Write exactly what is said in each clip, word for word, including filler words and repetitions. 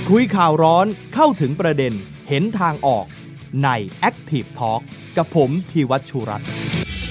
คุยข่าวร้อนเข้าถึงประเด็นเห็นทางออกใน Active Talk กับผมธีวัชชูรัตน์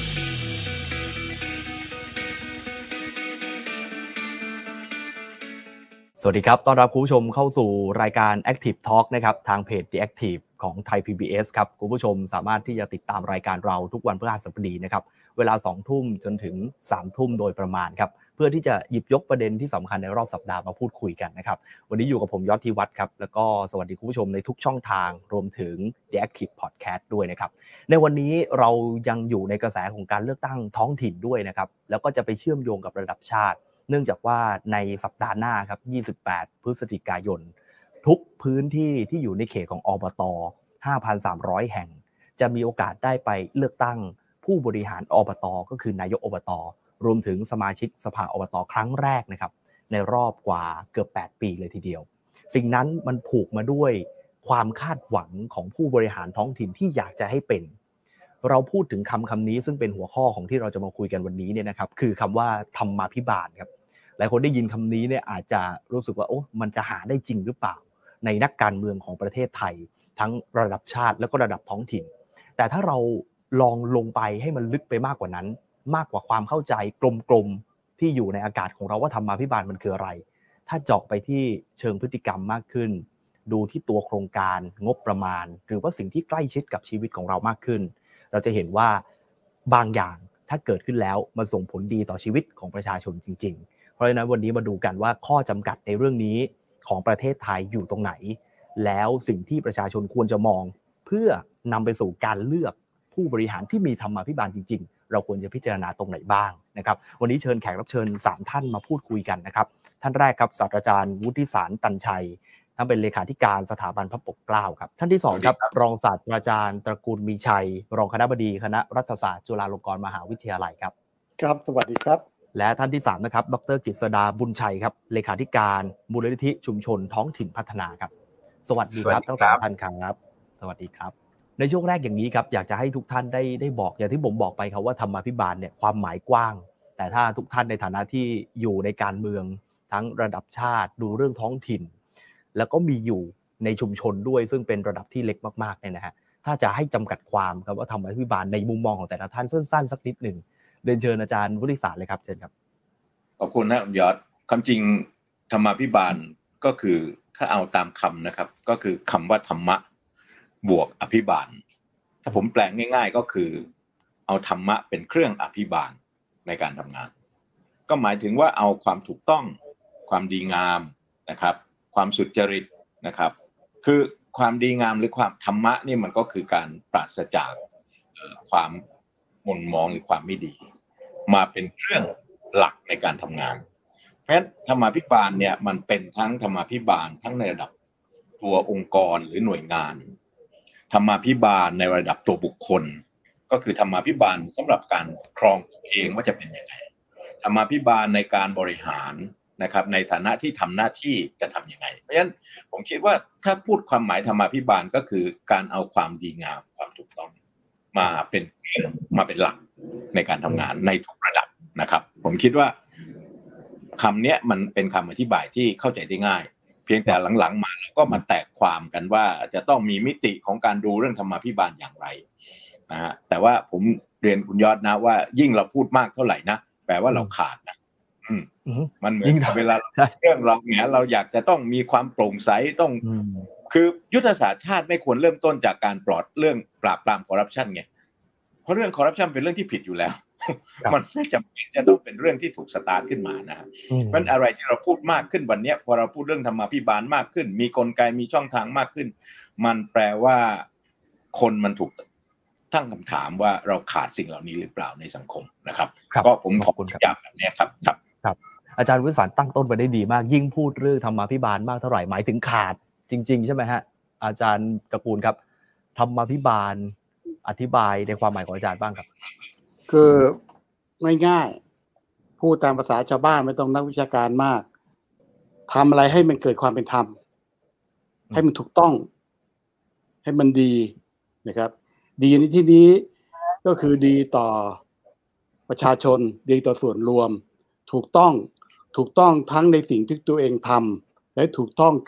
สวัสดีครับต้อนรับคุณผู้ชมเข้าสู่รายการ Active Talk นะครับทางเพจ The Active ของไทย พี บี เอส ครับคุณผู้ชมสามารถที่จะติดตามรายการเราทุกวันพฤหัสบดีนะครับเวลา สองทุ่มจนถึง สามทุ่มโดยประมาณครับเพื่อที่จะหยิบยกประเด็นที่สำคัญในรอบสัปดาห์มาพูดคุยกันนะครับวันนี้อยู่กับผมยอดธีวัฒน์ครับแล้วก็สวัสดีคุณผู้ชมในทุกช่องทางรวมถึง The Active Podcast ด้วยนะครับในวันนี้เรายังอยู่ในกระแสของการเลือกตั้งท้องถิ่นด้วยนะครับแล้วก็จะไปเชื่อมโยงกับระดับชาติเนื่องจากว่าในสัปดาห์หน้าครับยี่สิบแปดพฤศจิกายนทุกพื้นที่ที่อยู่ในเขตของอบต ห้าพันสามร้อย แห่งจะมีโอกาสได้ไปเลือกตั้งผู้บริหารอบตก็คือนายกอบตรวมถึงสมาชิกสภาอบตครั้งแรกนะครับในรอบกว่าเกือบแปดปีเลยทีเดียวสิ่งนั้นมันผูกมาด้วยความคาดหวังของผู้บริหารท้องถิ่นที่อยากจะให้เป็นเราพูดถึงคำคำนี้ซึ่งเป็นหัวข้อของที่เราจะมาคุยกันวันนี้เนี่ยนะครับคือคำว่าธรรมาภิบาลครับหลายคนได้ยินคำนี้เนี่ยอาจจะรู้สึกว่าโอ้มันจะหาได้จริงหรือเปล่าในนักการเมืองของประเทศไทยทั้งระดับชาติและก็ระดับท้องถิ่นแต่ถ้าเราลองลงไปให้มันลึกไปมากกว่านั้นมากกว่าความเข้าใจกลมๆที่อยู่ในอากาศของเราว่าธรรมาภิบาลมันคืออะไรถ้าเจาะไปที่เชิงพฤติกรรมมากขึ้นดูที่ตัวโครงการงบประมาณหรือว่าสิ่งที่ใกล้ชิดกับชีวิตของเรามากขึ้นเราจะเห็นว่าบางอย่างถ้าเกิดขึ้นแล้วมันส่งผลดีต่อชีวิตของประชาชนจริงๆเพราะฉะนั้นวันนี้มาดูกันว่าข้อจำกัดในเรื่องนี้ของประเทศไทยอยู่ตรงไหนแล้วสิ่งที่ประชาชนควรจะมองเพื่อนำไปสู่การเลือกผู้บริหารที่มีธรรมาภิบาลจริงๆเราควรจะพิจารณาตรงไหนบ้างนะครับวันนี้เชิญแขกรับเชิญสามท่านมาพูดคุยกันนะครับท่านแรกครับศาสตราจารย์วุฒิสารตันชัยท่านเป็นเลขาธิการสถาบันพระปกเกล้าครับท่านที่สองครับรองศาสตราจารย์ตระกูลมีชัยรองคณบดีคณะรัฐศาสตร์จุฬาลงกรณ์มหาวิทยาลัยครับครับสวัสดีครับและท่านที่สามนะครับดร.กฤษดาบุญชัยครับเลขาธิการมูลนิธิชุมชนท้องถิ่นพัฒนาครับสวัสดีครับทั้งสองท่านครับสวัสดีครับในช่วงแรกอย่างนี้ครับอยากจะให้ทุกท่านได้ได้บอกอย่างที่ผมบอกไปครับว่าธรรมาภิบาลเนี่ยความหมายกว้างแต่ถ้าทุกท่านในฐานะที่อยู่ในการเมืองทั้งระดับชาติดูเรื่องท้องถิ่นแล้วก็มีอยู่ในชุมชนด้วยซึ่งเป็นระดับที่เล็กมากๆเนี่ยนะฮะถ้าจะให้จำกัดความครับว่าธรรมาภิบาลในมุมมองของแต่ละท่านสั้นๆสักนิดหนึ่งเรียนเชิญอาจารย์วุฒิศาสตร์เลยครับเชิญครับขอบคุณนะยอดคำจริงธรรมาภิบาลก็คือถ้าเอาตามคำนะครับก็คือคำว่าธรรมะบวกอภิบาลถ้าผมแปลงง่ายๆก็คือเอาธรรมะเป็นเครื่องอภิบาลในการทำงานก็หมายถึงว่าเอาความถูกต้องความดีงามนะครับความสุจริตนะครับคือความดีงามหรือความธรรมะนี่มันก็คือการปราศจากความหม่นหมองหรือความไม่ดีมาเป็นเครื่องหลักในการทำงานเพราะฉะนั้นธรรมาภิบาลเนี่ยมันเป็นทั้งธรรมาภิบาลทั้งในระดับตัวองค์กรหรือหน่วยงานธรรมาภิบาลในระดับตัวบุคคลก็คือธรรมาภิบาลสำหรับการครองตัวเองว่าจะเป็นยังไงธรรมาภิบาลในการบริหารนะครับในฐานะที่ทำหน้าที่จะทำยังไงเพราะฉะนั้นผมคิดว่าถ้าพูดความหมายธรรมาภิบาลก็คือการเอาความดีงามความถูกต้องมาเป็นมาเป็นหลักในการทำงานในทุกระดับนะครับผมคิดว่าคำนี้มันเป็นคำอธิบายที่เข้าใจได้ง่ายเพียงแต่หลังๆมาเราก็มาแตกความกันว่าจะต้องมีมิติของการดูเรื่องธรรมาภิบาลอย่างไรนะฮะแต่ว่าผมเรียนคุณยอดนะว่ายิ่งเราพูดมากเท่าไหร่นะแปลว่าเราขาดนะอืมมันเหมือนเวลาเรื่องเราเนี่ยเราอยากจะต้องมีความโปร่งใสต้องคือยุทธศาสตร์ชาติไม่ควรเริ่มต้นจากการปลอดเรื่องปราบปรามคอร์รัปชันไงเพราะเรื่องคอร์รัปชันเป็นเรื่องที่ผิดอยู่แล้วมันไม่จำเป็นจะต้องเป็นเรื่องที่ถูกสตาร์ทขึ้นมานะเพราะอะไรที่เราพูดมากขึ้นวันนี้พอเราพูดเรื่องธรรมาภิบาลมากขึ้นมีกลไกมีช่องทางมากขึ้นมันแปลว่าคนมันถูกตั้งคำถามว่าเราขาดสิ่งเหล่านี้หรือเปล่าในสังคมนะครับก็ผมขอบคุณย้ำแบบนี้ครับครับครับอาจารย์วิสารตั้งต้นไปได้ดีมากยิ่งพูดเรื่องธรรมาภิบาลมากเท่าไหร่หมายถึงขาดจริงๆใช่ไหมฮะอาจารย์ตระกูลครับธรรมาภิบาลอธิบายในความหมายของอาจารย์บ้างครับคือง่ายๆพูดตามภาษาชาวบ้านไม่ต้องนักวิชาการมากทำอะไรให้มันเกิดความเป็นธรรมให้มันถูกต้องให้มันดีนะครับดีในที่นี้ก็คือดีต่อประชาชนดีต่อส่วนรวมถูกต้องถูกต้องทั้งในสิ่งที่ตัวเองทำและถูกต้องกับ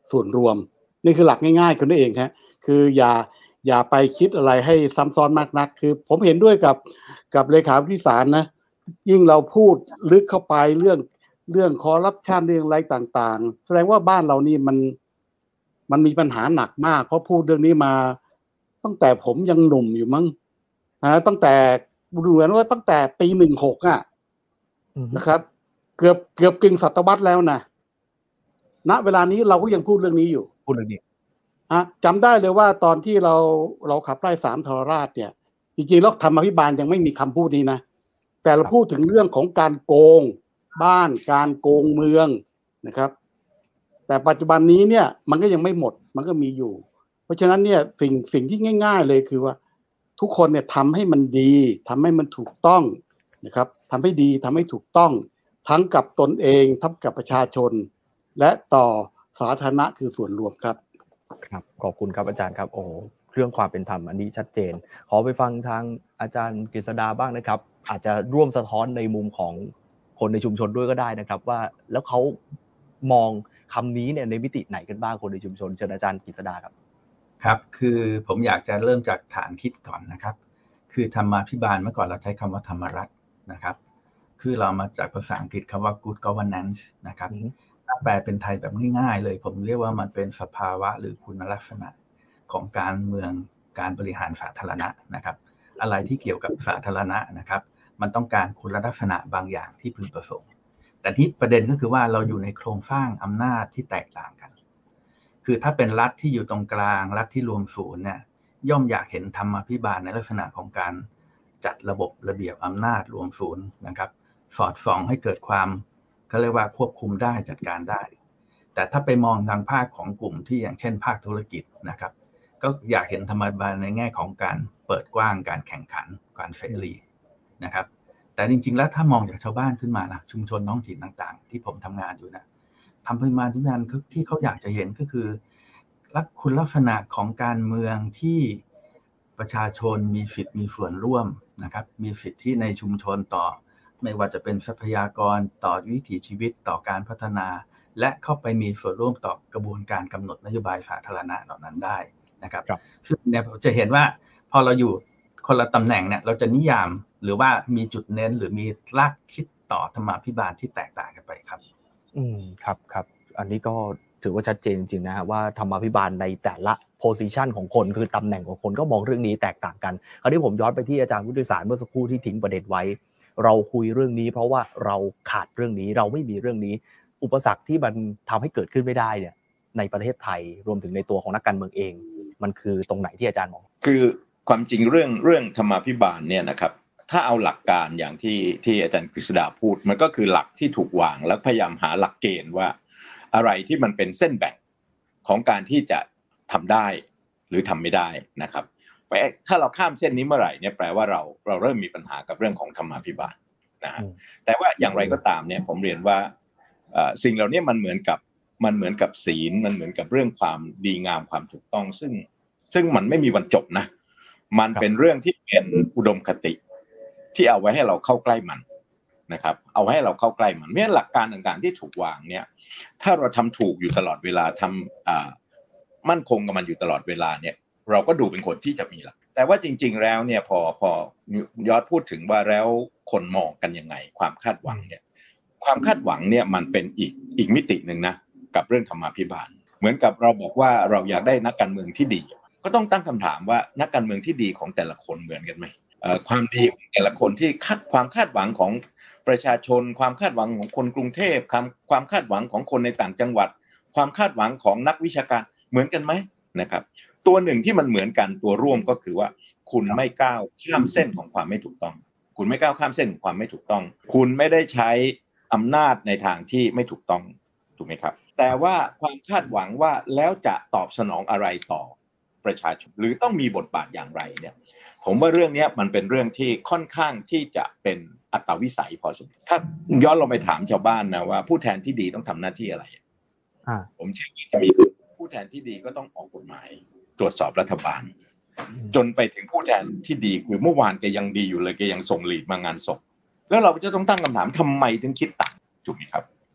ส่วนรวมนี่คือหลักง่ายๆคนนั่นเองฮะคืออย่าอย่าไปคิดอะไรให้ซ้ำซ้อนมากนักคือผมเห็นด้วยกับกับเลขาธิการนะยิ่งเราพูดลึกเข้าไปเรื่องเรื่องคอร์รัปชันเรื่องอะไรต่างๆแสดงว่าบ้านเรานี่มันมันมีปัญหาหนักมากเพราะพูดเรื่องนี้มาตั้งแต่ผมยังหนุ่มอยู่มั้งนะตั้งแต่ดูเหมือนว่าตั้งแต่ปีหนึ่งหกอ่ะนะครับเกือบเกือบกึ่งศตวรรษแล้วนะณเวลานี้เราก็ยังพูดเรื่องนี้อยู่พูดเรื่องนี้ฮะจำได้เลยว่าตอนที่เราเราขับไล่สามทรราชเนี่ยจริงๆแล้วธรรมาภิบาลยังไม่มีคำพูดนี้นะแต่เราพูดถึงเรื่องของการโกงบ้านการโกงเมืองนะครับแต่ปัจจุบันนี้เนี่ยมันก็ยังไม่หมดมันก็มีอยู่เพราะฉะนั้นเนี่ยสิ่งสิ่งที่ง่ายๆเลยคือว่าทุกคนเนี่ยทำให้มันดีทำให้มันถูกต้องนะครับทำให้ดีทำให้ถูกต้องทั้งกับตนเองทั้งกับประชาชนและต่อสาธารณะคือส่วนรวมครับครับขอบคุณครับอาจารย์ครับโอ้โหเรื่องความเป็นธรรมอันนี้ชัดเจนขอไปฟังทางอาจารย์กฤษดาบ้างนะครับอาจจะร่วมสะท้อนในมุมของคนในชุมชนด้วยก็ได้นะครับว่าแล้วเขามองคำนี้เนี่ยในมิติไหนกันบ้างคนในชุมชนเชิญอาจารย์กฤษดาครับครับคือผมอยากจะเริ่มจากฐานคิดก่อนนะครับคือธรรมาภิบาลเมื่อก่อนเราใช้คำว่าธรรมรัฐนะครับคือเรามาจากภาษาอังกฤษคำว่า good governance นะครับถ้าแปลเป็นไทยแบบง่ายๆเลยผมเรียกว่ามันเป็นสภาวะหรือคุณลักษณะของการเมืองการบริหารสาธารณะนะครับอะไรที่เกี่ยวกับสาธารณะนะครับมันต้องการคุณลักษณะบางอย่างที่พึงประสงค์แต่ที่ประเด็นก็คือว่าเราอยู่ในโครงสร้างอำนาจที่แตกต่างกันคือถ้าเป็นรัฐที่อยู่ตรงกลางรัฐที่รวมศูนย์เนี่ยย่อมอยากเห็นธรรมาภิบาลในลักษณะของการจัดระบบระเบียบอำนาจรวมศูนย์นะครับสอดส่องให้เกิดความเขาเรียกว่าควบคุมได้จัดการได้แต่ถ้าไปมองทางภาคของกลุ่มที่อย่างเช่นภาคธุรกิจนะครับก็อยากเห็นธรรมาภิบาลในแง่ของการเปิดกว้างการแข่งขันการเสรีนะครับแต่จริงๆแล้วถ้ามองจากชาวบ้านขึ้นมานะชุมชนท้องถิ่นต่างๆที่ผมทำงานอยู่นะทำปริมาณทุกงานที่เขาอยากจะเห็นก็คือลักคุณลักษณะของการเมืองที่ประชาชนมีสิทธิ์มีส่วนร่วมนะครับมีสิทธิในชุมชนต่อไม่ว่าจะเป็นทรัพยากรต่อวิถีชีวิตต่อการพัฒนาและเข้าไปมีส่วนร่วมต่อกระบวนการกำหนดนโยบายสาธารณะเหล่านั้นได้นะครับซึ่งเนี่ยเราจะเห็นว่าพอเราอยู่คนละตำแหน่งเนี่ยเราจะนิยามหรือว่ามีจุดเน้นหรือมีรากคิดต่อธรรมาภิบาลที่แตกต่างกันไปครับอืมครับครับอันนี้ก็ถือว่าชัดเจนจริงๆนะฮะว่าธรรมาภิบาลในแต่ละโพสิชันของคนคือตำแหน่งของคนก็มองเรื่องนี้แตกต่างกันคราวนี้ผมย้อนไปที่อาจารย์วุฒิสารเมื่อสักครู่ที่ทิ้งประเด็นไว้เราคุยเรื่องนี้เพราะว่าเราขาดเรื่องนี้เราไม่มีเรื่องนี้อุปสรรคที่มันทำให้เกิดขึ้นไม่ได้เนี่ยในประเทศไทยรวมถึงในตัวของนักการเมืองเองมันคือตรงไหนที่อาจารย์มองคือความจริงเรื่องเรื่องธรรมาภิบาลเนี่ยนะครับถ้าเอาหลักการอย่างที่ที่อาจารย์กฤษดาพูดมันก็คือหลักที่ถูกวางแล้วพยายามหาหลักเกณฑ์ว่าอะไรที่มันเป็นเส้นแบ่งของการที่จะทำได้หรือทำไม่ได้นะครับถ้าเราข้ามเส้นนี้เมื่อไหร่เนี่ยแปลว่าเราเราเริ่มมีปัญหากับเรื่องของธรรมาภิบาลนะฮะแต่ว่าอย่างไรก็ตามเนี่ยผมเรียนว่าสิ่งเหล่านี้มันเหมือนกับมันเหมือนกับศีลมันเหมือนกับเรื่องความดีงามความถูกต้องซึ่งซึ่งมันไม่มีวันจบนะมันเป็นเรื่องที่เป็นอุดมคติที่เอาไว้ให้เราเข้าใกล้มันนะครับเอาให้เราเข้าใกล้มันเพราะฉะนั้นหลักการต่างๆที่ถูกวางเนี่ยถ้าเราทำถูกอยู่ตลอดเวลาทำอ่ามั่นคงกับมันอยู่ตลอดเวลาเนี่ยเราก็ดูเป็นคนที่จะมีหลักแต่ว่าจริงๆแล้วเนี่ยพอพอยอดพูดถึงว่าแล้วคนมองกันยังไงความคาดหวังเนี่ยความคาดหวังเนี่ยมันเป็นอีกอีกมิตินึงนะกับเรื่องธรรมาภิบาลเหมือนกับเราบอกว่าเราอยากได้นักการเมืองที่ดีก็ต้องตั้งคำถามว่านักการเมืองที่ดีของแต่ละคนเหมือนกันไหมความดีของแต่ละคนที่คาดความคาดหวังของประชาชนความคาดหวังของคนกรุงเทพความความคาดหวังของคนในต่างจังหวัดความคาดหวังของนักวิชาการเหมือนกันไหมนะครับตัวหนึ่งที่มันเหมือนกันตัวร่วมก็คือว่าคุณไม่ก้าวข้ามเส้นของความไม่ถูกต้องคุณไม่ก้าวข้ามเส้นของความไม่ถูกต้องคุณไม่ได้ใช้อำนาจในทางที่ไม่ถูกต้องถูกไหมครับแต่ว่าความคาดหวังว่าแล้วจะตอบสนองอะไรต่อประชาชนหรือต้องมีบทบาทอย่างไรเนี่ยผมว่าเรื่องนี้มันเป็นเรื่องที่ค่อนข้างที่จะเป็นอัตวิสัยพอสมควรถ้าย้อนลงไปถามชาวบ้านนะว่าผู้แทนที่ดีต้องทำหน้าที่อะไรผมเชื่อว่าจะมีผู้แทนที่ดีก็ต้องออกกฎหมายตรวจสอบรัฐบาลจนไปถึงผู้แทนที่ดีคือเมื่อวานแกยังดีอยู่เลยแกยังส่งลีดมางานศพแล้วเราจะต้องตั้งคำถามทำไมถึงคิดต่างถูกไหมครับ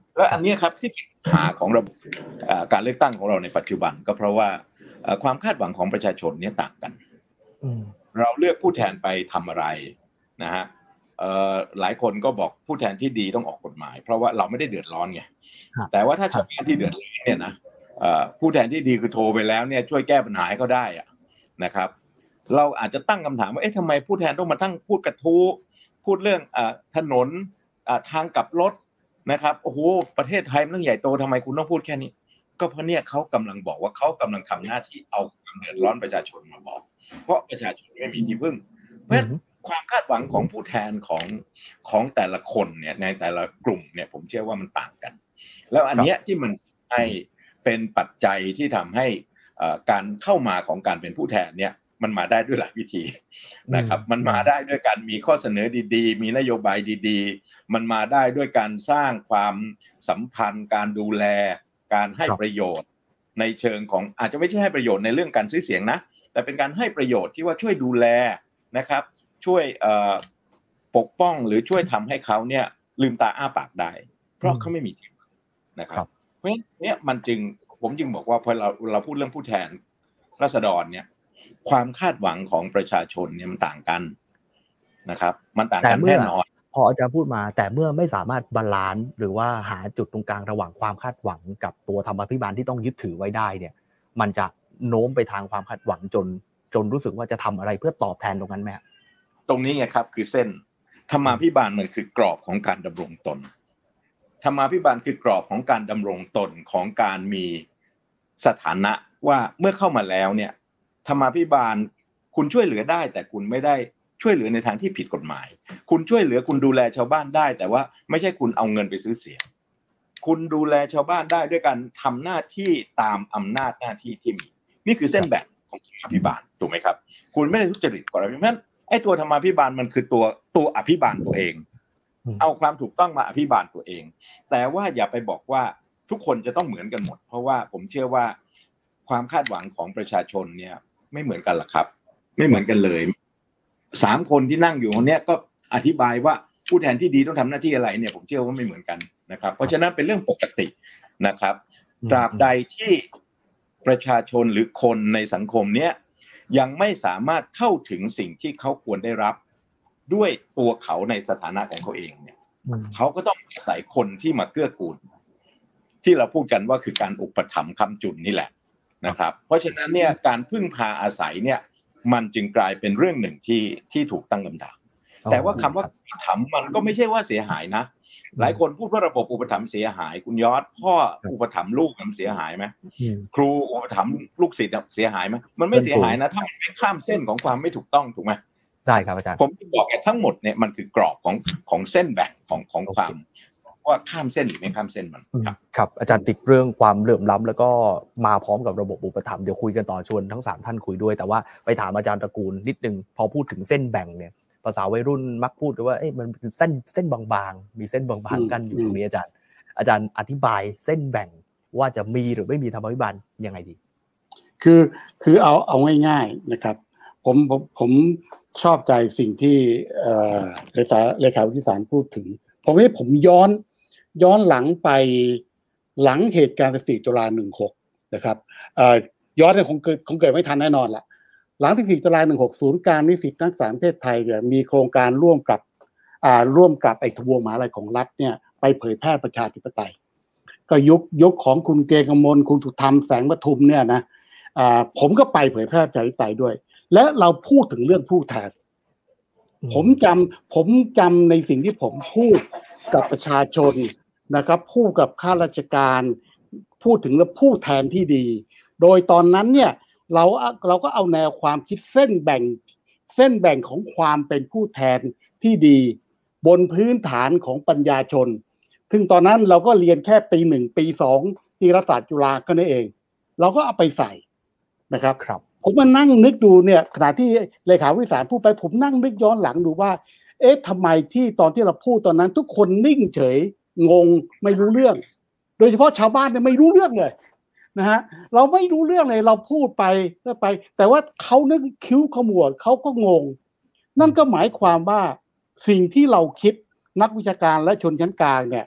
และอันนี้ครับที่ปัญหาของระบบการเลือกตั้งของเราในปัจจุบันก็เพราะว่าความคาดหวังของประชาชนเนี่ยต่างกันเราเลือกผู้แทนไปทำอะไรนะฮะหลายคนก็บอกผู้แทนที่ดีต้องออกกฎหมายเพราะว่าเราไม่ได้เดือดร้อนไงแต่ว่าถ้าชาวบ้านที่เดือดร้อนเนี่ยนะผู้แทนที่ดีคือโทรไปแล้วเนี่ยช่วยแก้ปัญหาให้เขาได้อะนะครับเราอาจจะตั้งคำถามว่าเอ๊ะทำไมผู้แทนต้องมาทั้งพูดกระทู้พูดเรื่องถนนทางกลับรถนะครับโอ้โหประเทศไทยมันต้องใหญ่โตทำไมคุณต้องพูดแค่นี้ก็เพราะเนี่ยเขากำลังบอกว่าเขากำลังทำหน้าที่เอาความเดือดร้อนประชาชนมาบอกเพราะประชาชนไม่มีที่พึ่งเพราะฉะนั้นความคาดหวังของผู้แทนของของแต่ละคนเนี่ยในแต่ละกลุ่มเนี่ยผมเชื่อว่ามันต่างกันแล้วอันเนี้ยที่มันให้เป็นปัจจัยที่ทำให้การเข้ามาของการเป็นผู้แทนเนี่ยมันมาได้ด้วยหลายวิธีนะครับมันมาได้ด้วยการมีข้อเสนอดีๆมีนโยบายดีๆมันมาได้ด้วยการสร้างความสัมพันธ์การดูแลการให้ประโยชน์ในเชิงของอาจจะไม่ใช่ให้ประโยชน์ในเรื่องการซื้อเสียงนะแต่เป็นการให้ประโยชน์ที่ว่าช่วยดูแลนะครับช่วยปกป้องหรือช่วยทำให้เขาเนี่ยลืมตาอ้าปากได้เพราะเขาไม่มีที่พึ่งนะครับเพราะฉะนั้นเนี่ยมันจึงผมจึงบอกว่าพอเราเราพูดเรื่องผู้แทนราษฎรเนี่ยความคาดหวังของประชาชนเนี่ยมันต่างกันนะครับมันต่างกันแน่นอนพออาจารย์พูดมาแต่เมื่อไม่สามารถบาลานซ์หรือว่าหาจุดตรงกลางระหว่างความคาดหวังกับตัวธรรมาภิบาลที่ต้องยึดถือไว้ได้เนี่ยมันจะโน้มไปทางความคาดหวังจนจนรู้สึกว่าจะทำอะไรเพื่อตอบแทนตรงนั้นไหมตรงนี้ไงครับคือเส้นธรรมาภิบาลมันคือกรอบของการดำรงตนธรรมาภิบาลคือกรอบของการดำรงตนของการมีสถานะว่าเมื่อเข้ามาแล้วเนี่ยธรรมาภิบาลคุณช่วยเหลือได้แต่คุณไม่ได้ช่วยเหลือในทางที่ผิดกฎหมายคุณช่วยเหลือคุณดูแลชาวบ้านได้แต่ว่าไม่ใช่คุณเอาเงินไปซื้อเสียงคุณดูแลชาวบ้านได้ด้วยการทำหน้าที่ตามอำนาจหน้าที่ที่มีนี่คือเส้นแบ่งของธรรมาภิบาลถูกไหมครับคุณไม่ได้ทุจริตก่อนเพราะฉะนั้นไอ้ตัวธรรมาภิบาลมันคือตัวตัวอภิบาลตัวเองเอาความถูกต้องมาอภิบาลตัวเองแต่ว่าอย่าไปบอกว่าทุกคนจะต้องเหมือนกันหมดเพราะว่าผมเชื่อว่าความคาดหวังของประชาชนเนี่ยไม่เหมือนกันหรอกครับไม่เหมือนกันเลยสามคนที่นั่งอยู่คนนี้ก็อธิบายว่าผู้แทนที่ดีต้องทำหน้าที่อะไรเนี่ยผมเชื่อว่าไม่เหมือนกันนะครับเพราะฉะนั้นเป็นเรื่องปกตินะครับตราบใดที่ประชาชนหรือคนในสังคมเนี้ยยังไม่สามารถเข้าถึงสิ่งที่เขาควรได้รับด้วยตัวเขาในสถานะของเขาเองเนี่ยเขาก็ต้องอาศัยคนที่มาเกื้อกูลที่เราพูดกันว่าคือการอุปถัมภ์ค้ำจุนนี่แหละนะครับเพราะฉะนั้นเนี่ยการพึ่งพาอาศัยเนี่ยมันจึงกลายเป็นเรื่องหนึ่งที่ที่ถูกตั้งคำถามแต่ว่าคำว่าอุปถัมภ์มันก็ไม่ใช่ว่าเสียหายนะหลายคนพูดว่าระบบอุปถัมภ์เสียหายคุณยอดพ่ออุปถัมภ์ลูกมันเสียหายไหมครูอุปถัมภ์ลูกศิษย์เสียหายไหมมันไม่เสียหายนะถ้ามันไม่ข้ามเส้นของความไม่ถูกต้องถูกไหมได้ครับอาจารย์ผมบอกแกทั้งหมดเนี่ยมันคือกรอบของของเส้นแบ่งของของความว่าข้ามเส้นหรือไม่ข้ามเส้นมันครับครับอาจารย์ติดเรื่องความเหลื่อมล้ำแล้วก็มาพร้อมกับระบบอุปถัมภ์เดี๋ยวคุยกันต่อชวนทั้งสามท่านคุยด้วยแต่ว่าไปถามอาจารย์ตระกูลนิดนึงพอพูดถึงเส้นแบ่งเนี่ยภาษาวัยรุ่นมักพูดว่าเอ๊ะมันเป็นเส้นเส้นบางๆมีเส้นบางๆกันอยู่ตรงนี้อาจารย์อาจารย์อธิบายเส้นแบ่งว่าจะมีหรือไม่มีธรรมาภิบาลยังไงดีคือคือเอาเอาง่ายๆนะครับผมผมผมชอบใจสิ่งที่เอ่อเลขาเลขาธิการพูดถึงผมให้ผมย้อนย้อนหลังไปหลังเหตุการณ์สี่ตุลาหนึ่งหกนะครับเอ่อย้อนเนี่ยคงเกิดคงเกิดไม่ทันแน่นอนละหลังสี่ตุลาหนึ่งหกศูนย์การนิสิตนักศึกษาประเทศไทยเนี่ยมีโครงการร่วมกับอ่าร่วมกับไอ้ทบวงมหาลัยของรัฐเนี่ยไปเผยแพร่ประชาธิปไตยก็ยุคยุคของคุณเกษกมลคุณสุธรรมแสงปทุมเนี่ยนะอ่าผมก็ไปเผยแพร่ประชาธิปไตยด้วยและเราพูดถึงเรื่องผู้แทนผมจำผมจำในสิ่งที่ผมพูดกับประชาชนนะครับพูดกับข้าราชการพูดถึงแล้วผู้แทนที่ดีโดยตอนนั้นเนี่ยเราเราก็เอาแนวความคิดเส้นแบ่งเส้นแบ่งของความเป็นผู้แทนที่ดีบนพื้นฐานของปัญญาชนซึ่งตอนนั้นเราก็เรียนแค่ปีหนึ่งปีสองที่รัฐศาสตร์จุฬาก็นั่นเองเราก็เอาไปใส่นะครับผมมานั่งนึกดูเนี่ยขณะที่เลขาธิการพูดไปผมนั่งนึกย้อนหลังดูว่าเอ๊ะทำไมที่ตอนที่เราพูดตอนนั้นทุกคนนิ่งเฉยงงไม่รู้เรื่องโดยเฉพาะชาวบ้านเนี่ยไม่รู้เรื่องเลยนะฮะเราไม่รู้เรื่องเลยเราพูดไปก็ไปแต่ว่าเขานึกคิ้วขมวดเขาก็งงนั่นก็หมายความว่าสิ่งที่เราคิดนักวิชาการและชนชั้นกลางเนี่ย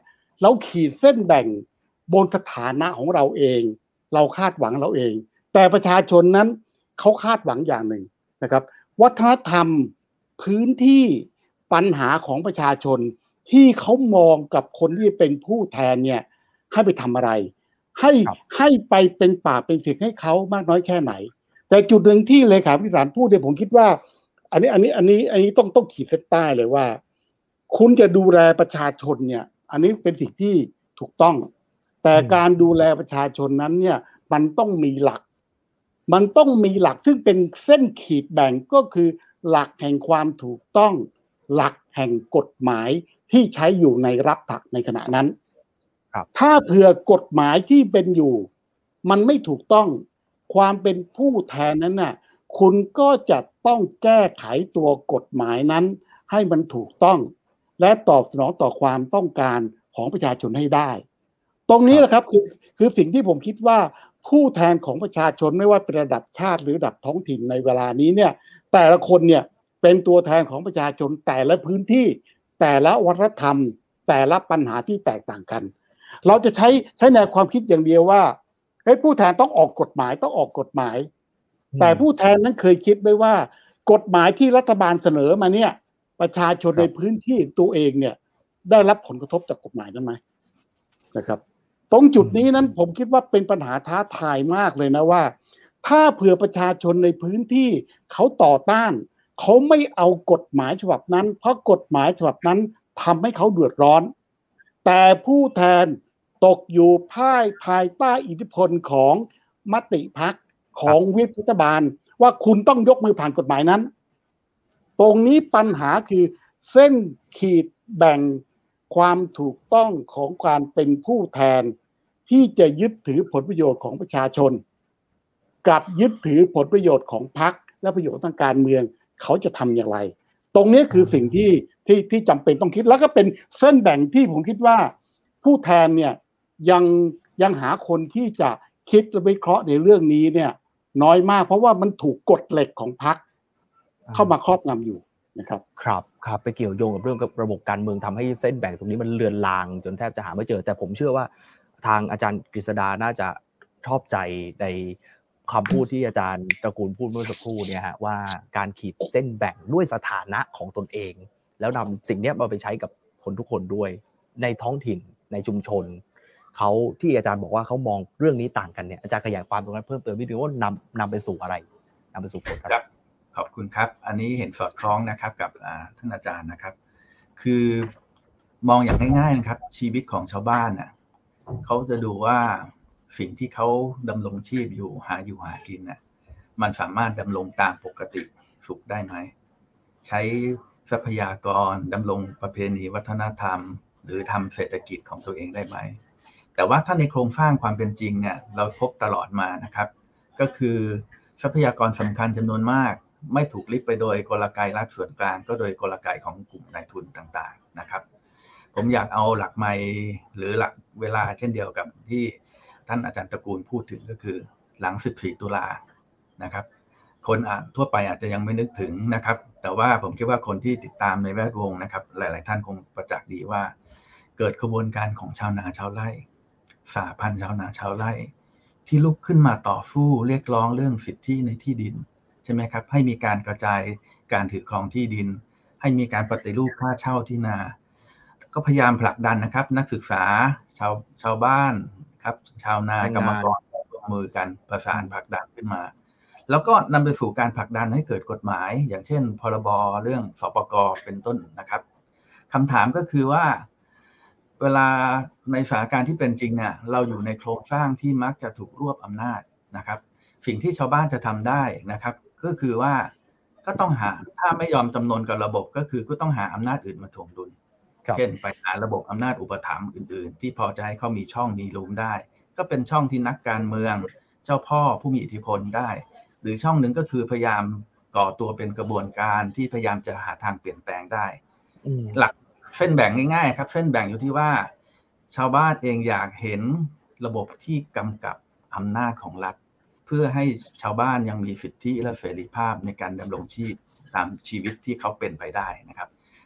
เราขีดเส้นแบ่งบนสถานะของเราเองเราคาดหวังเราเองแต่ประชาชนนั้นเขาคาดหวังอย่างหนึ่งนะครับวัฒนธรรมพื้นที่ปัญหาของประชาชนที่เขามองกับคนที่เป็นผู้แทนเนี่ยให้ไปทำอะไรให้ให้ไปเป็นปากเป็นเสียงให้เขามากน้อยแค่ไหนแต่จุดหนึ่งที่เลขาธิการพูดเนี่ยผมคิดว่าอันนี้อันนี้อันนี้อันนี้ต้องต้องขีดเส้นใต้เลยว่าคุณจะดูแลประชาชนเนี่ยอันนี้เป็นสิ่งที่ถูกต้องแต่การดูแลประชาชนนั้นเนี่ยมันต้องมีหลักมันต้องมีหลักซึ่งเป็นเส้นขีดแบ่งก็คือหลักแห่งความถูกต้องหลักแห่งกฎหมายที่ใช้อยู่ในรัฐในขณะนั้นถ้าเผื่อกฎหมายที่เป็นอยู่มันไม่ถูกต้องความเป็นผู้แทนนั้นน่ะคุณก็จะต้องแก้ไขตัวกฎหมายนั้นให้มันถูกต้องและตอบสนองต่อความต้องการของประชาชนให้ได้ตรงนี้แหละครับคือคือสิ่งที่ผมคิดว่าผู้แทนของประชาชนไม่ว่าเป็นระดับชาติหรือระดับท้องถิ่นในเวลานี้เนี่ยแต่ละคนเนี่ยเป็นตัวแทนของประชาชนแต่ละพื้นที่แต่ละวัฒนธรรมแต่ละปัญหาที่แตกต่างกันเราจะใช้ใช้แนวความคิดอย่างเดียวว่าเฮ้ยผู้แทนต้องออกกฎหมายต้องออกกฎหมายแต่ผู้แทนนั้นเคยคิดไหมว่ากฎหมายที่รัฐบาลเสนอมาเนี่ยประชาชนในพื้นที่ตัวเองเนี่ยได้รับผลกระทบจากกฎหมายนั้นไหมนะครับตรงจุดนี้นั้นผมคิดว่าเป็นปัญหาท้าทายมากเลยนะว่าถ้าเผื่อประชาชนในพื้นที่เขาต่อต้านเขาไม่เอากฎหมายฉบับนั้นเพราะกฎหมายฉบับนั้นทำให้เขาเดือดร้อนแต่ผู้แทนตกอยู่ภายภายใต้อิทธิพลของมติพรรคของวิปรัฐบาลว่าคุณต้องยกมือผ่านกฎหมายนั้นตรงนี้ปัญหาคือเส้นขีดแบ่งความถูกต้องของการเป็นผู้แทนที่จะยึดถือผลประโยชน์ของประชาชนกับยึดถือผลประโยชน์ของพรรคและประโยชน์ทางการเมืองเขาจะทำอย่างไรตรงนี้คือสิ่งที่ที่ที่จำเป็นต้องคิดแล้วก็เป็นเส้นแบ่งที่ผมคิดว่าผู้แทนเนี่ยยังยังหาคนที่จะคิดและวิเคราะห์ในเรื่องนี้เนี่ยน้อยมากเพราะว่ามันถูกกฎเหล็กของพรรคเข้ามาครอบงำอยู่นะครับครับครับไปเกี่ยวโยงกับเรื่องกับระบบการเมืองทำให้เส้นแบ่งตรงนี้มันเลือนลางจนแทบจะหาไม่เจอแต่ผมเชื่อว่าทางอาจารย์กฤษดาน่าจะชอบใจในคำพูดที่อาจารย์ตระกูลพูดเมื่อสักครู่เนี่ยฮะว่าการขีดเส้นแบ่งด้วยสถานะของตนเองแล้วนำสิ่งนี้มาไปใช้กับคนทุกคนด้วยในท้องถิ่นในชุมชนเขาที่อาจารย์บอกว่าเขามองเรื่องนี้ต่างกันเนี่ยอาจารย์ขยายความตรงนั้นเพิ่มเติมนิดนึงว่านำนำไปสู่อะไรนำไปสู่ผลครับขอบคุณครับอันนี้เห็นสอดคล้องนะครับกับท่านอาจารย์นะครับคือมองอย่างง่ายๆนะครับชีวิตของชาวบ้านน่ะเขาจะดูว่าสิ่งที่เขาดำรงชีพอยู่หาอยู่หากินน่ะมันสามารถดำรงตามปกติสุขได้ไหมใช้ทรัพยากรดำรงประเพณีวัฒนธรรมหรือทำเศรษฐกิจของตัวเองได้ไหมแต่ว่าถ้าในโครงสร้างความเป็นจริงเนี่ยเราพบตลอดมานะครับก็คือทรัพยากรสำคัญจำนวนมากไม่ถูกลิบไปโดยกลไกรัฐส่วนกลางก็โดยกลไกของกลุ่มนายทุนต่างๆนะครับผมอยากเอาหลักไมล์หรือหลักเวลาเช่นเดียวกับที่ท่านอาจารย์ตระกูลพูดถึงก็คือหลังสิบสี่ตุลานะครับคนอ่านทั่วไปอาจจะยังไม่นึกถึงนะครับแต่ว่าผมคิดว่าคนที่ติดตามในแวดวงนะครับหลายๆท่านคงประจักษ์ดีว่าเกิดขบวนการของชาวนาชาวไร่สหพันธ์ชาวนาชาวไร่ที่ลุกขึ้นมาต่อสู้เรียกร้องเรื่องสิทธิในที่ดินใช่ไหมครับให้มีการกระจายการถือครองที่ดินให้มีการปฏิรูปค่าเช่าที่นาก็พยายามผลักดันนะครับนักศึกษาชาวชาวบ้านครับชาวนากรรมกรร่วมมือกันประสานผลักดันขึ้นมาแล้วก็นำไปสู่การผลักดันให้เกิดกฎหมายอย่างเช่นพรบเรื่องสปก.เป็นต้นนะครับคำถามก็คือว่าเวลาในสถานการณ์ที่เป็นจริงเนี่ยเราอยู่ในโครงสร้างที่มักจะถูกรวบอำนาจนะครับสิ่งที่ชาวบ้านจะทำได้นะครับก็คือว่าก็ต้องหาถ้าไม่ยอมจำนนกับระบบก็คือก็ต้องหาอำนาจอื่นมาถ่วงดุลเช่นไปหาระบบอำนาจอุปถัมภ์อื่นๆที่พอจะให้เขามีช่องมีรูมได้ก็เป็นช่องที่นักการเมืองเจ้าพ่อผู้มีอิทธิพลได้หรือช่องหนึ่งก็คือพยายามก่อตัวเป็นกระบวนการที่พยายามจะหาทางเปลี่ยนแปลงได้หลักเส้นแบ่งง่ายๆครับเส้นแบ่งอยู่ที่ว่าชาวบ้านเองอยากเห็นระบบที่กำกับอำนาจของรัฐเพื่อให้ชาวบ้านยังมีสิทธิและเสรีภาพในการดำรงชีพตามชีวิตที่เขาเป็นไปได้นะครับ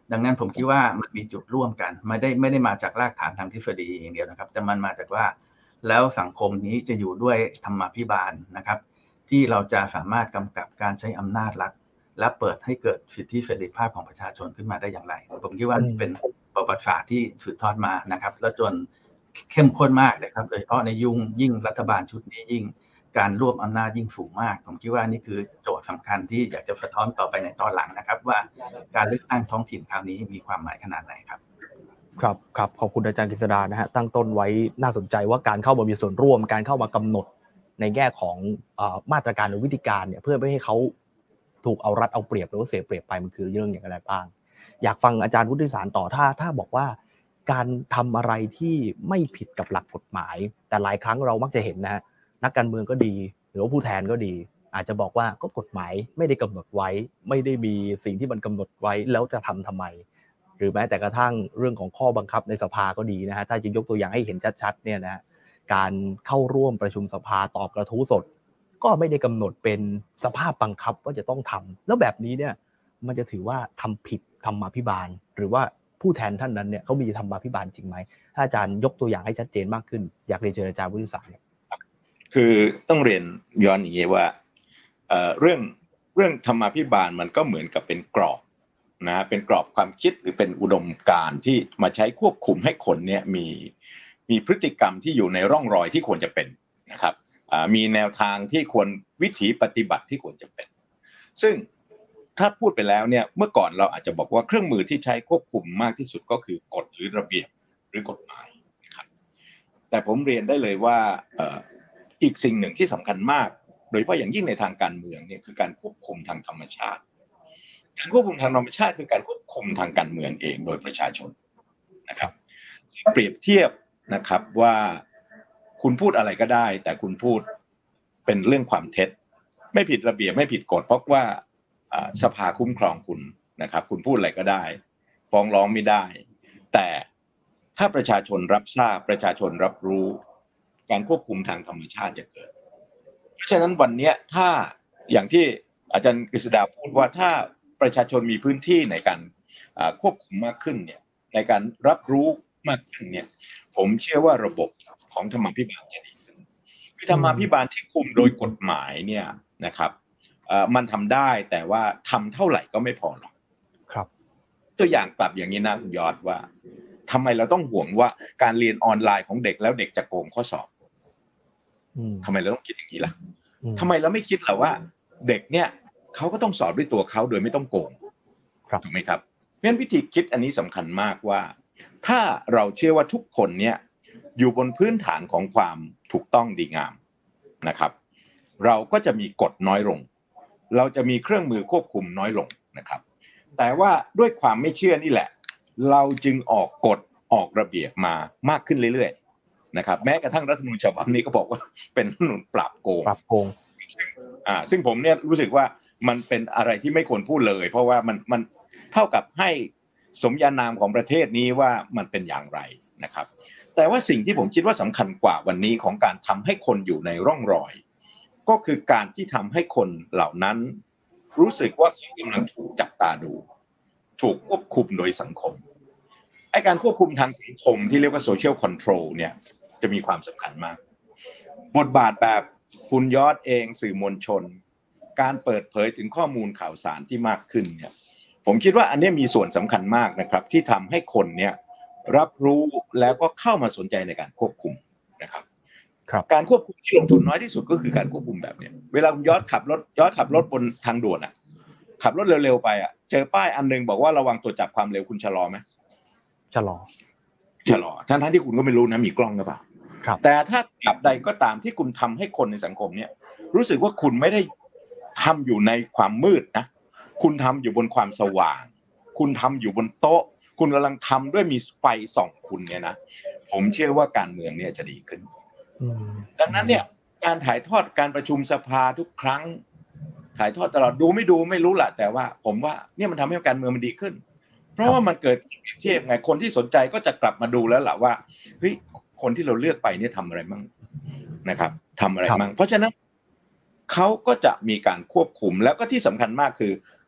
ดังนั้นผมคิดว่ามันมีจุดร่วมกันไม่ได้ไม่ได้มาจากรากฐานทางทฤษฎีอย่างเดียวนะครับแต่มันมาจากว่าแล้วสังคมนี้จะอยู่ด้วยธรรมาภิบาลนะครับที่เราจะสามารถกำกับการใช้อำนาจรัฐและเปิดให้เกิดสิทธิเสรีภาพของประชาชนขึ้นมาได้อย่างไรผมคิดว่าเป็นประวัติศาสตร์ที่สืบทอดมานะครับแล้วจนเข้มข้นมากเลยครับโดยเฉพาะในยุคยิ่งรัฐบาลชุดนี้ยิ่งการรวบอำนาจยิ่งสูงมากผมคิดว่านี่คือโจทย์สำคัญที่อยากจะสะท้อนต่อไปในตอนหลังนะครับว่าการเลือกตั้งท้องถิ่นคราวนี้มีความหมายขนาดไหนครับครับครับขอบคุณอาจารย์กฤษดานะฮะตั้งต้นไว้น่าสนใจว่าการเข้ามามีส่วนร่วมการเข้ามากำหนดในแง่ของเอ่อมาตรการหรือวิธีการเนี่ยเพื่อไม่ให้เขาถูกเอารัดเอาเปรียบหรือว่าเสียเปรียบไปมันคือเรื่องอย่างไรบ้างอยากฟังอาจารย์วุฒิสารต่อถ้าถ้าบอกว่าการทำอะไรที่ไม่ผิดกับหลักกฎหมายแต่หลายครั้งเรามักจะเห็นนะฮะนักการเมืองก็ดีหรือว่าผู้แทนก็ดีอาจจะบอกว่าก็กฎหมายไม่ได้กำหนดไว้ไม่ได้มีสิ่งที่มันกำหนดไว้แล้วจะทำทำไมหรือแม้แต่กระทั่งเรื่องของข้อบังคับในสภาก็ดีนะฮะถ้าจะยกตัวอย่างให้เห็นชัดๆเนี่ยนะฮะการเข้าร่วมประชุมสภาตอบกระทู้สดก็ไม่ได้กำหนดเป็นสภาพบังคับว่าจะต้องทำแล้วแบบนี้เนี่ยมันจะถือว่าทำผิดธรรมาภิบาลหรือว่าผู้แทนท่านนั้นเนี่ยเขามีธรรมาภิบาลจริงไหมถ้าอาจารย์ยกตัวอย่างให้ชัดเจนมากขึ้นอยากเรียนเชิญอาจารย์วุฒิศักดิ์เนี่ยคือต้องเรียนย้อนอย่างนี้ว่าเอ่อเรื่องเรื่องธรรมาภิบาลมันก็เหมือนกับเป็นกรอบนะเป็นกรอบความคิดหรือเป็นอุดมการณ์ที่มาใช้ควบคุมให้คนเนี่ยมีมีพฤติกรรมที่อยู่ในร่องรอยที่ควรจะเป็นนะครับมีแนวทางที่ควรวิถีปฏิบัติที่ควรจะเป็นซึ่งถ้าพูดไปแล้วเนี่ยเมื่อก่อนเราอาจจะบอกว่าเครื่องมือที่ใช้ควบคุมมากที่สุดก็คือกฎหรือระเบียบหรือกฎหมายนะครับแต่ผมเรียนได้เลยว่าเอ่ออีกสิ่งหนึ่งที่สำคัญมากโดยเฉพาะอย่างยิ่งในทางการเมืองเนี่ยคือการควบคุมทางธรรมชาติการควบคุมทางธรรมชาติคือการควบคุมทางการเมืองเองโดยประชาชนนะครับเปรียบเทียบนะครับว่าคุณพูดอะไรก็ได้แต่คุณพูดเป็นเรื่องความเท็จไม่ผิดระเบียบไม่ผิดกฎเพราะว่าสภาคุ้มครองคุณนะครับคุณพูดอะไรก็ได้ฟ้องร้องไม่ได้แต่ถ้าประชาชนรับทราบประชาชนรับรู้การควบคุมทางธรรมชาติจะเกิดเพราะฉะนั้นวันนี้ถ้าอย่างที่อาจารย์กฤษดาพูดว่าถ้าประชาชนมีพื้นที่ในการควบคุมมากขึ้นเนี่ยในการรับรู้มากขึ้นเนี่ยผมเชื่อว่าระบบของธรรมาภิบาลจะดีขึ้นคือธรรมาภิบาลที่คุมโดยกฎหมายเนี่ยนะครับมันทำได้แต่ว่าทำเท่าไหร่ก็ไม่พอหรอกครับตัวอย่างกลับอย่างนี้นะคุณยอดว่าทำไมเราต้องห่วงว่าการเรียนออนไลน์ของเด็กแล้วเด็กจะโกงข้อสอบทำไมเราต้องคิดอย่างนี้ล่ะทำไมเราไม่คิดล่ะว่าเด็กเนี่ยเขาก็ต้องสอบด้วยตัวเขาโดยไม่ต้องโกงถูกไหมครับเพราะฉะนั้นวิธีคิดอันนี้สำคัญมากว่าถ้าเราเชื่อว่าทุกคนเนี่ยอยู่บนพื้นฐานของความถูกต้องดีงามนะครับเราก็จะมีกฎน้อยลงเราจะมีเครื่องมือควบคุมน้อยลงนะครับแต่ว่าด้วยความไม่เชื่อนี่แหละเราจึงออกกฎออกระเบียบมามากขึ้นเรื่อยๆนะครับแม้กระทั่งรัฐธรรมนูญฉบับนี้ก็บอกว่าเป็นรัฐธรรมนูญปราบโกงปราบโกงอ่าซึ่งผมเนี่ยรู้สึกว่ามันเป็นอะไรที่ไม่ควรพูดเลยเพราะว่ามันมันเท่ากับให้สมญานามของประเทศนี้ว่ามันเป็นอย่างไรนะครับแต่ว่าสิ่งที่ผมคิดว่าสำคัญกว่าวันนี้ของการทำให้คนอยู่ในร่องรอยก็คือการที่ทำให้คนเหล่านั้นรู้สึกว่าเขากำลังถูกจับตาดูถูกควบคุมโดยสังคมไอ้การควบคุมทางสังคมที่เรียกว่า social control เนี่ยจะมีความสำคัญมากบทบาทแบบคุณยอดเองสื่อมวลชนการเปิดเผยถึงข้อมูลข่าวสารที่มากขึ้นเนี่ยผมคิดว่าอันนี้มีส่วนสำคัญมากนะครับที่ทำให้คนเนี่ยรับรู้แล้วก็เข้ามาสนใจในการควบคุมนะครับการควบคุมที่ลงทุนน้อยที่สุดก็คือการควบคุมแบบนี้เวลาคุณยอดขับรถยอดขับรถบนทางด่วนอ่ะขับรถเร็วๆไปอ่ะเจอป้ายอันนึงบอกว่าระวังตรวจจับความเร็วคุณชะลอไหมชะลอชะลอทั้งๆที่คุณก็ไม่รู้นะมีกล้องหรือเปล่าแต่ถ้าขับใดก็ตามที่คุณทำให้คนในสังคมเนี่ยรู้สึกว่าคุณไม่ได้ทำอยู่ในความมืดนะคุณทำอยู่บนความสว่างคุณทำอยู่บนโต๊ะคุณกำลังทำด้วยมีไฟส่องคุณเนี่ยนะผมเชื่อว่าการเมืองเนี่ยจะดีขึ้นดังนั้นเนี่ยการถ่ายทอดการประชุมสภาทุกครั้งถ่ายทอดตลอดดูไม่ดูไม่รู้แหละแต่ว่าผมว่าเนี่ยมันทำให้การเมืองมันดีขึ้นเพราะว่ามันเกิดเปรียบเทียบไงคนที่สนใจก็จะกลับมาดูแล้วล่ะว่าเฮ้ยคนที่เราเลือกไปเนี่ยทำอะไรมั่งนะครับทำอะไรมั่งเพราะฉะนั้นเขาก็จะมีการควบคุมแล้วก็ที่สำคัญมากคือ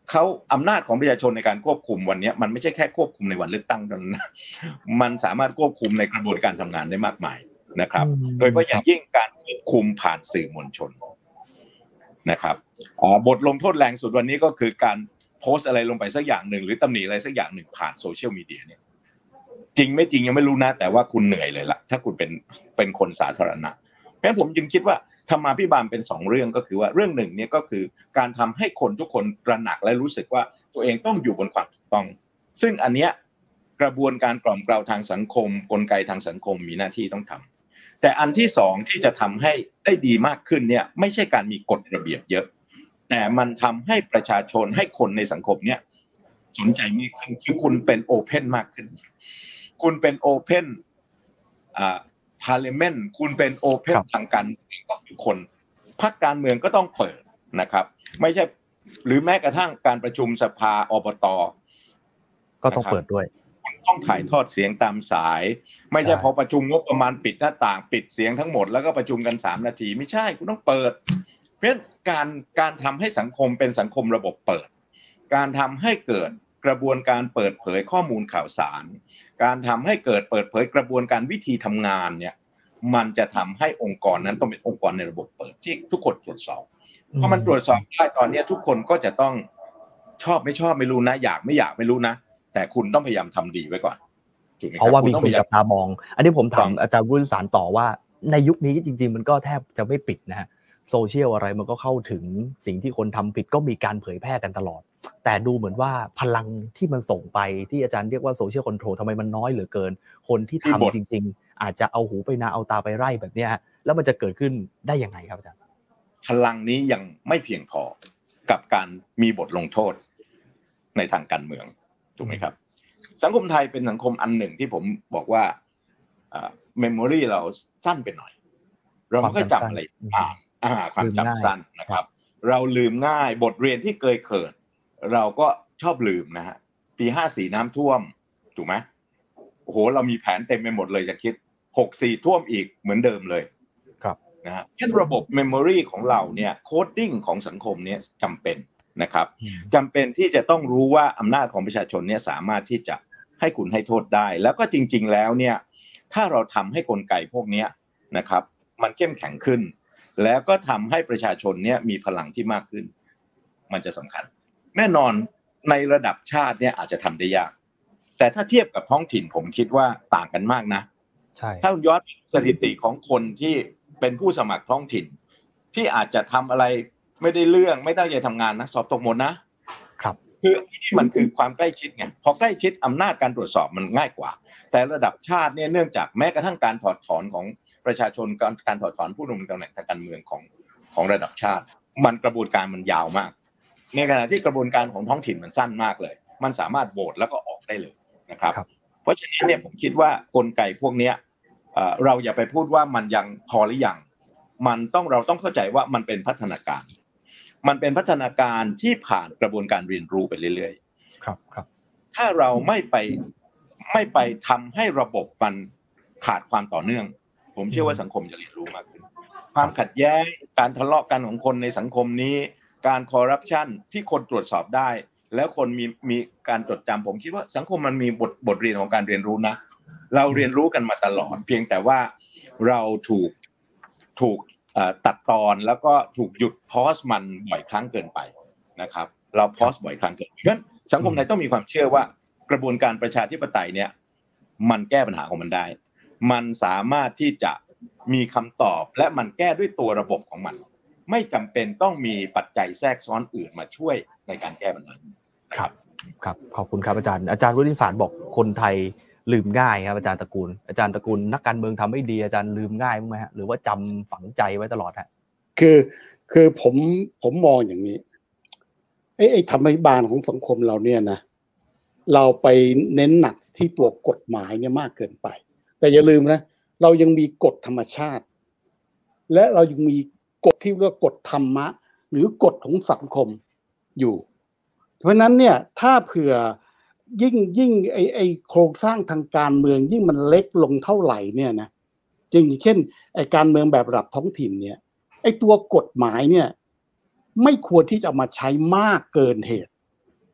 เขาอำนาจของประชาชนในการควบคุมวันนี้มันไม่ใช่แค่ควบคุมในวันเลือกตั้งเท่านั้นนะมันสามารถควบคุมในกระบวนการทำงานได้มากมายนะครับโดยเฉพาะอย่างยิ่งการควบคุมผ่านสื่อมวลชนนะครับบทลงโทษแรงสุดวันนี้ก็คือการโพสต์อะไรลงไปสักอย่างหนึ่งหรือตำหนิอะไรสักอย่างหนึ่งผ่านโซเชียลมีเดียเนี่ยจริงไม่จริงยังไม่รู้นะแต่ว่าคุณเหนื่อยเลยล่ะถ้าคุณเป็นเป็นคนสาธารณะเพราะฉะนั้นผมจึงคิดว่าธรรมาภิบาลเป็นสองเรื่องก็คือว่าเรื่องหนึ่งเนี่ยก็คือการทำให้คนทุกคนตระหนักและรู้สึกว่าตัวเองต้องอยู่บนความถูกต้องซึ่งอันเนี้ยกระบวนการกล่อมเกลาทางสังคมกลไกทางสังคมมีหน้าที่ต้องทำแต่อันที่สองที่จะทำให้ได้ดีมากขึ้นเนี่ยไม่ใช่การมีกฎระเบียบเยอะแต่มันทำให้ประชาชนให้คนในสังคมเนี่ยสนใจมากขึ้นคือคุณเป็นโอเพนมากขึ้นคุณเป็นโอเพนอ่าพาร์ลิเมนต์คุณเป็นโอเพนทางการก็คือคนพรรคการเมืองก็ต้องเปิดนะครับไม่ใช่หรือแม้กระทั่งการประชุมสภาอบต. ก็ต้องเปิดด้วยต้องถ่ายทอดเสียงตามสายไม่ใช่พอประชุมงบประมาณปิดหน้าต่างปิดเสียงทั้งหมดแล้วก็ประชุมกันสามนาทีไม่ใช่คุณต้องเปิดเพราะฉะนั้นการการทำให้สังคมเป็นสังคมระบบเปิดการทำให้เกิดกระบวนการเปิดเผยข้อมูลข่าวสารการทำให้เกิดเปิดเผยกระบวนการวิธีทำงานเนี่ยมันจะทำให้องค์กรนั้นต้องเป็นองค์กรในระบบเปิดที่ทุกคนตรวจสอบเพราะมันตรวจสอบได้ตอนนี้ทุกคนก็จะต้องชอบไม่ชอบไม่รู้นะอยากไม่อยากไม่รู้นะแต่คุณต้องพยายามทำดีไว้ก่อนถูกไหมครับเพราะว่ามีคนจับตามองอันนี้ผมถามอาจารย์วุฒิสารต่อว่าในยุคนี้จริงๆมันก็แทบจะไม่ปิดนะฮะโซเชียลอะไรมันก็เข้าถึงสิ่งที่คนทำผิดก็มีการเผยแพร่กันตลอดแต่ดูเหมือนว่าพลังที่มันส่งไปที่อาจารย์เรียกว่าโซเชียลคอนโทรลทำไมมันน้อยเหลือเกินคนที่ทำจริงๆอาจจะเอาหูไปนาเอาตาไปไร่แบบนี้แล้วมันจะเกิดขึ้นได้ยังไงครับอาจารย์พลังนี้ยังไม่เพียงพอกับการมีบทลงโทษในทางการเมืองถูกไหมครับสังคมไทยเป็นสังคมอันหนึ่งที่ผมบอกว่าเมมโมรีเราสั้นไปหน่อยเราไม่ค่อยจำอะไรอ่าอ่าความจำสั้นนะครับเราลืมง่ายบทเรียนที่เคยเกิดเราก็ชอบลืมนะฮะปีห้าสี่น้ำท่วมถูกไหมโอ้โหเรามีแผนเต็มไปหมดเลยจะคิดหกสี่ท่วมอีกเหมือนเดิมเลยครับนะฮะเช่นระบบเมมโมรีของเราเนี่ยโคดดิ้งของสังคมเนี่ยจำเป็นนะครับจำเป็นที่จะต้องรู้ว่าอำนาจของประชาชนเนี่ยสามารถที่จะให้คุณให้โทษได้แล้วก็จริงๆแล้วเนี่ยถ้าเราทำให้กลไกพวกนี้นะครับมันเข้มแข็งขึ้นแล้วก็ทำให้ประชาชนเนี่ยมีพลังที่มากขึ้นมันจะสำคัญแน่นอนในระดับชาติเนี่ยอาจจะทำได้ยากแต่ถ้าเทียบกับท้องถิ่นผมคิดว่าต่างกันมากนะใช่ถ้าย้อนสถิติของคนที่เป็นผู้สมัครท้องถิ่นที่อาจจะทำอะไรไม่ได้เรื่องไม่ตั้งใจทำงานนะสอบตกหมดนะครับคือที่มันคือความใกล้ชิดไงพอใกล้ชิดอำนาจการตรวจสอบมันง่ายกว่าแต่ระดับชาติเนี่ยเนื่องจากแม้กระทั่งการถอดถอนของประชาชนการการถอดถอนผู้ดำรงตำแหน่งทางการเมืองของของระดับชาติมันกระบวนการมันยาวมากในขณะที่กระบวนการของท้องถิ่นมันสั้นมากเลยมันสามารถโหวตแล้วก็ออกได้เลยนะครับเพราะฉะนั้นเนี่ยผมคิดว่ากลไกพวกนี้เราอย่าไปพูดว่ามันยังพอหรือยังมันต้องเราต้องเข้าใจว่ามันเป็นพัฒนาการมันเป็นพัฒนาการที่ผ่านกระบวนการเรียนรู้ไปเรื่อยๆครับครับถ้าเราไม่ไปไม่ไปทำให้ระบบมันขาดความต่อเนื่องผมเชื่อว่าสังคมจะเรียนรู้มากขึ้นความขัดแย้งการทะเลาะกันของคนในสังคมนี้การคอร์รัปชันที่คนตรวจสอบได้แล้วคนมีมีการจดจำผมคิดว่าสังคมมันมีบทบทเรียนของการเรียนรู้นะเราเรียนรู้กันมาตลอดเพียงแต่ว่าเราถูกถูกตัดตอนแล้วก็ถูกหยุดพอสมันบ่อยครั้งเกินไปนะครับเราพอสบ่อยครั้งเกินเพราะฉะนั้นสังคมไทยต้องมีความเชื่อว่ากระบวนการประชาธิปไตยเนี่ยมันแก้ปัญหาของมันได้มันสามารถที่จะมีคำตอบและมันแก้ด้วยตัวระบบของมันไม่จำเป็นต้องมีปัจจัยแทรกซ้อนอื่นมาช่วยในการแก้ปัญหาครับครับขอบคุณครับอาจารย์อาจารย์วุฒิสารบอกคนไทยลืมง่ายครับอาจารย์ตระกูลอาจารย์ตระกูลนักการเมืองทำไม่ดีอาจารย์ลืมง่ายมั้ยฮะหรือว่าจำฝังใจไว้ตลอดฮะคือคือผมผมมองอย่างนี้ไอ้ไอ้ธรรมาภิบาลของสังคมเราเนี่ยนะเราไปเน้นหนักที่ตัวกฎหมายเนี่ยมากเกินไปแต่อย่าลืมนะเรายังมีกฎธรรมชาติและเรายังมีกฎที่เรียกกฎธรรมะหรือกฎของสังคมอยู่เพราะนั้นเนี่ยถ้าเผื่อยิ่งยิ่งไอ้ไอ้โครงสร้างทางการเมืองยิ่งมันเล็กลงเท่าไหร่เนี่ยนะอย่างเช่นไอ้การเมืองแบบระดับท้องถิ่นเนี่ยไอ้ตัวกฎหมายเนี่ยไม่ควรที่จะเอามาใช้มากเกินเหตุ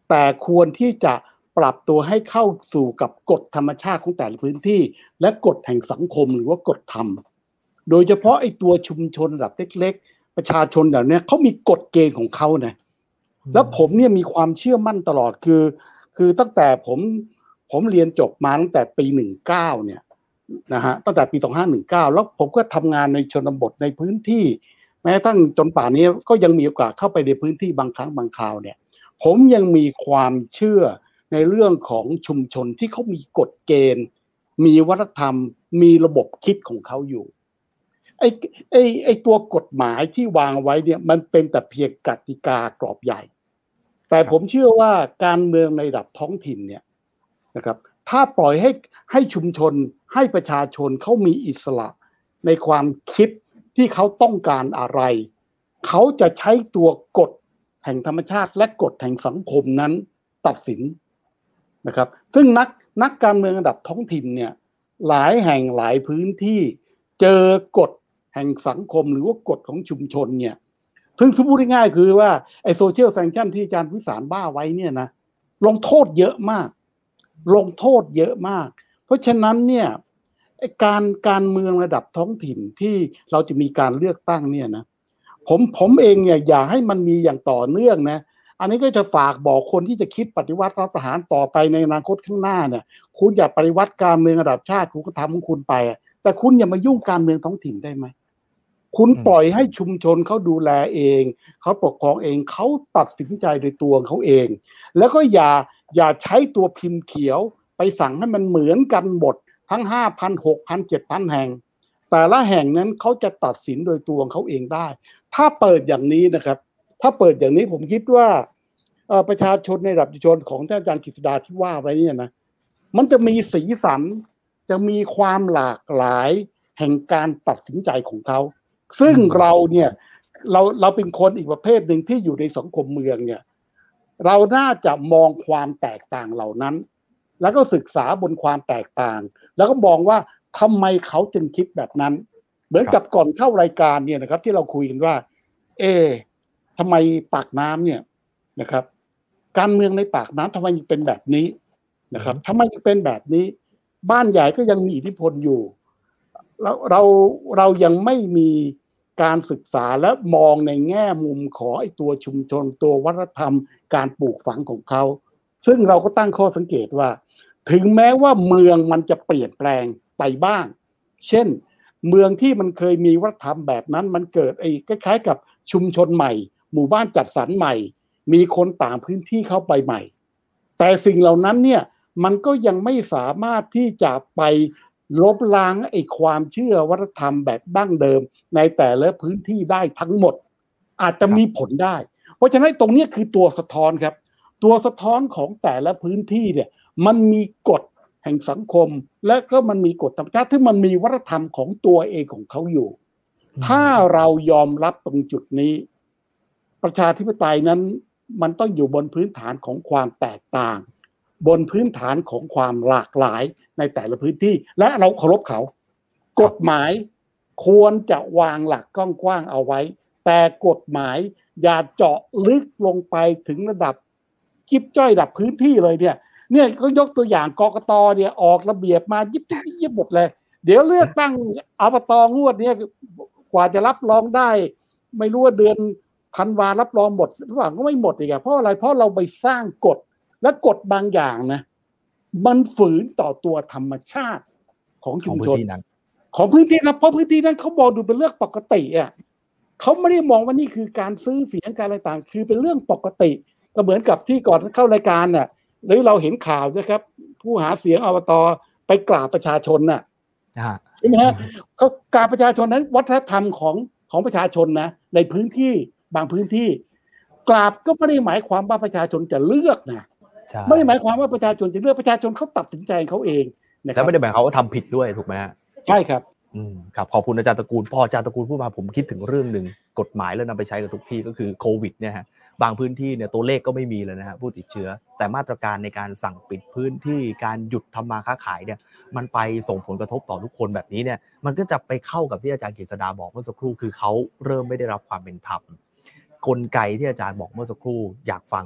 แต่ควรที่จะปรับตัวให้เข้าสู่กับกฎธรรมชาติของแต่ละพื้นที่และกฎแห่งสังคมหรือว่ากฎธรรมโดยเฉพาะไอ้ตัวชุมชนระดับเล็กๆประชาชนเหล่านี้เขามีกฎเกณฑ์ของเขานะแล้วผมเนี่ยมีความเชื่อมั่นตลอดคือคือตั้งแต่ผมผมเรียนจบมาตั้งแต่ปีหนึ่งเก้าเนี่ยนะฮะตั้งแต่ปีสองพันห้าร้อยสิบเก้าแล้วผมก็ทำงานในชนบทในพื้นที่แม้กระทั่งจนป่านนี้ก็ยังมีโอกาสเข้าไปในพื้นที่บางครั้งบางคราวเนี่ยผมยังมีความเชื่อในเรื่องของชุมชนที่เขามีกฎเกณฑ์มีวัฒนธรรมมีระบบคิดของเขาอยู่ไอ้ไอ้ไอ้ตัวกฎหมายที่วางไว้เนี่ยมันเป็นแต่เพียงกติกากรอบใหญ่แต่ผมเชื่อว่าการเมืองในระดับท้องถิ่นเนี่ยนะครับถ้าปล่อยให้ให้ชุมชนให้ประชาชนเขามีอิสระในความคิดที่เขาต้องการอะไรเขาจะใช้ตัวกฎแห่งธรรมชาติและกฎแห่งสังคมนั้นตัดสินนะครับซึ่งนักนักการเมืองระดับท้องถิ่นเนี่ยหลายแห่งหลายพื้นที่เจอกฎแห่งสังคมหรือว่ากฎของชุมชนเนี่ยซึ่งพูดง่ายๆคือว่าไอ้โซเชียลแซงชั่นที่อาจารย์วิสารบ้าไว้เนี่ยนะลงโทษเยอะมากลงโทษเยอะมากเพราะฉะนั้นเนี่ยการการเมืองระดับท้องถิ่นที่เราจะมีการเลือกตั้งเนี่ยนะผมผมเองเนี่ยอยากให้มันมีอย่างต่อเนื่องนะอันนี้ก็จะฝากบอกคนที่จะคิดปฏิวัติรัฐประหารต่อไปในอนาคตข้างหน้าเนี่ยคุณอย่าปฏิวัติการเมืองระดับชาติคุณก็ทำของคุณไปแต่คุณอย่ามายุ่งการเมืองท้องถิ่นได้ไหมคุณปล่อยให้ชุมชนเขาดูแลเองเขาปกครองเองเขาตัดสินใจโดยตัวเขาเองแล้วก็อย่าอย่าใช้ตัวพิมพ์เขียวไปสั่งให้มันเหมือนกันหมดทั้ง ห้าพัน หกพัน เจ็ดพัน แห่งแต่ละแห่งนั้นเขาจะตัดสินโดยตัวเขาเองได้ถ้าเปิดอย่างนี้นะครับถ้าเปิดอย่างนี้ผมคิดว่าประชาชนในระดับชุมชนของท่านอาจารย์กฤษดาที่ว่าไว้เนี่ยนะมันจะมีสีสันจะมีความหลากหลายแห่งการตัดสินใจของเขาซึ่งเราเนี่ยเราเราเป็นคนอีกประเภทหนึ่งที่อยู่ในสังคมเมืองเนี่ยเราน่าจะมองความแตกต่างเหล่านั้นแล้วก็ศึกษาบนความแตกต่างแล้วก็มองว่าทำไมเขาจึงคิดแบบนั้นเหมือนกับก่อนเข้ารายการเนี่ยนะครับที่เราคุยกันว่าเอ๊ะทำไมปากน้ำเนี่ยนะครับการเมืองในปากน้ำทำไมยังเป็นแบบนี้นะครับทำไมยังเป็นแบบนี้บ้านใหญ่ก็ยังมีอิทธิพลอยู่แล้วเราเรายังไม่มีการศึกษาและมองในแง่มุมของไอ้ตัวชุมชนตัววัฒนธรรมการปลูกฝังของเขาซึ่งเราก็ตั้งข้อสังเกตว่าถึงแม้ว่าเมืองมันจะเปลี่ยนแปลงไปบ้างเช่นเมืองที่มันเคยมีวัฒนธรรมแบบนั้นมันเกิดไอ้คล้ายๆกับชุมชนใหม่หมู่บ้านจัดสรรใหม่มีคนต่างพื้นที่เข้าไปใหม่แต่สิ่งเหล่านั้นเนี่ยมันก็ยังไม่สามารถที่จะไปลบล้างไอ้ความเชื่อวัฒนธรรมแบบดั้งเดิมในแต่ละพื้นที่ได้ทั้งหมดอาจจะมีผลได้เพราะฉะนั้นตรงนี้คือตัวสะท้อนครับตัวสะท้อนของแต่ละพื้นที่เนี่ยมันมีกฎแห่งสังคมและก็มันมีกฎธรรมชาติที่มันมีวัฒนธรรมของตัวเองของเขาอยู่ถ้าเรายอมรับตรงจุดนี้ประชาธิปไตยนั้นมันต้องอยู่บนพื้นฐานของความแตกต่างบนพื้นฐานของความหลากหลายในแต่ละพื้นที่และเราเคารพเขากฎหมายควรจะวางหลักกว้างๆเอาไว้แต่กฎหมายอย่าเจาะลึกลงไปถึงระดับจิ๊บจ้อยระดับพื้นที่เลยเนี่ยเนี่ยเขายกตัวอย่างกกตเนี่ยออกระเบียบมายิบยิบยิบหมดเลยเดี๋ยวเลือกตั้งอบตงวดเนี่ยกว่าจะรับรองได้ไม่รู้ว่าเดือนธันวารับรองหมดหรือเปล่าก็ไม่หมดอีกอ่ะเพราะอะไรเพราะเราไปสร้างกฎและกฎบางอย่างนะมันฝืนต่อตัวธรรมชาติของชุมชนของพื้นที่นะเพราะพื้นที่นั้นเขามองดูเป็นเรื่องปกติอ่ะเขาไม่ได้มองว่านี่คือการซื้อเสียงการอะไรต่างคือเป็นเรื่องปกติก็เหมือนกับที่ก่อนเข้ารายการน่ะหรือเราเห็นข่าวนะครับผู้หาเสียงอบตไปกราบประชาชนน่ะใช่ไหมฮะเขากราบประชาชนนั้นวัฒนธรรมของของประชาชนนะในพื้นที่บางพื้นที่กราบก็ไม่ได้หมายความว่าประชาชนจะเลือกนะไม่ได้หมายความว่าประชาชนจะเลือกประชาชนเขาตัดสินใจเขาเองนะครับแล้วไม่ได้หมายความว่าทำผิดด้วยถูกไหมฮะใช่ครับอืมครับขอบคุณอาจารย์ตระกูลพออาจารย์ตระกูลพูดมาผมคิดถึงเรื่องนึงกฎหมายแล้วนำไปใช้กับทุกที่ก็คือโควิดเนี่ยฮะบางพื้นที่เนี่ยตัวเลขก็ไม่มีเลยนะฮะผู้ติดเชื้อแต่มาตรการในการสั่งปิดพื้นที่การหยุดทำมาค้าขายเนี่ยมันไปส่งผลกระทบต่อทุกคนแบบนี้เนี่ยมันก็จะไปเข้ากับที่อาจารย์กฤษดาบอกเมื่อสักครู่คือเขาเริ่มไม่ได้รับความเป็นธรรมกลไกที่อาจารย์บอกเมื่อสักครู่อยากฟัง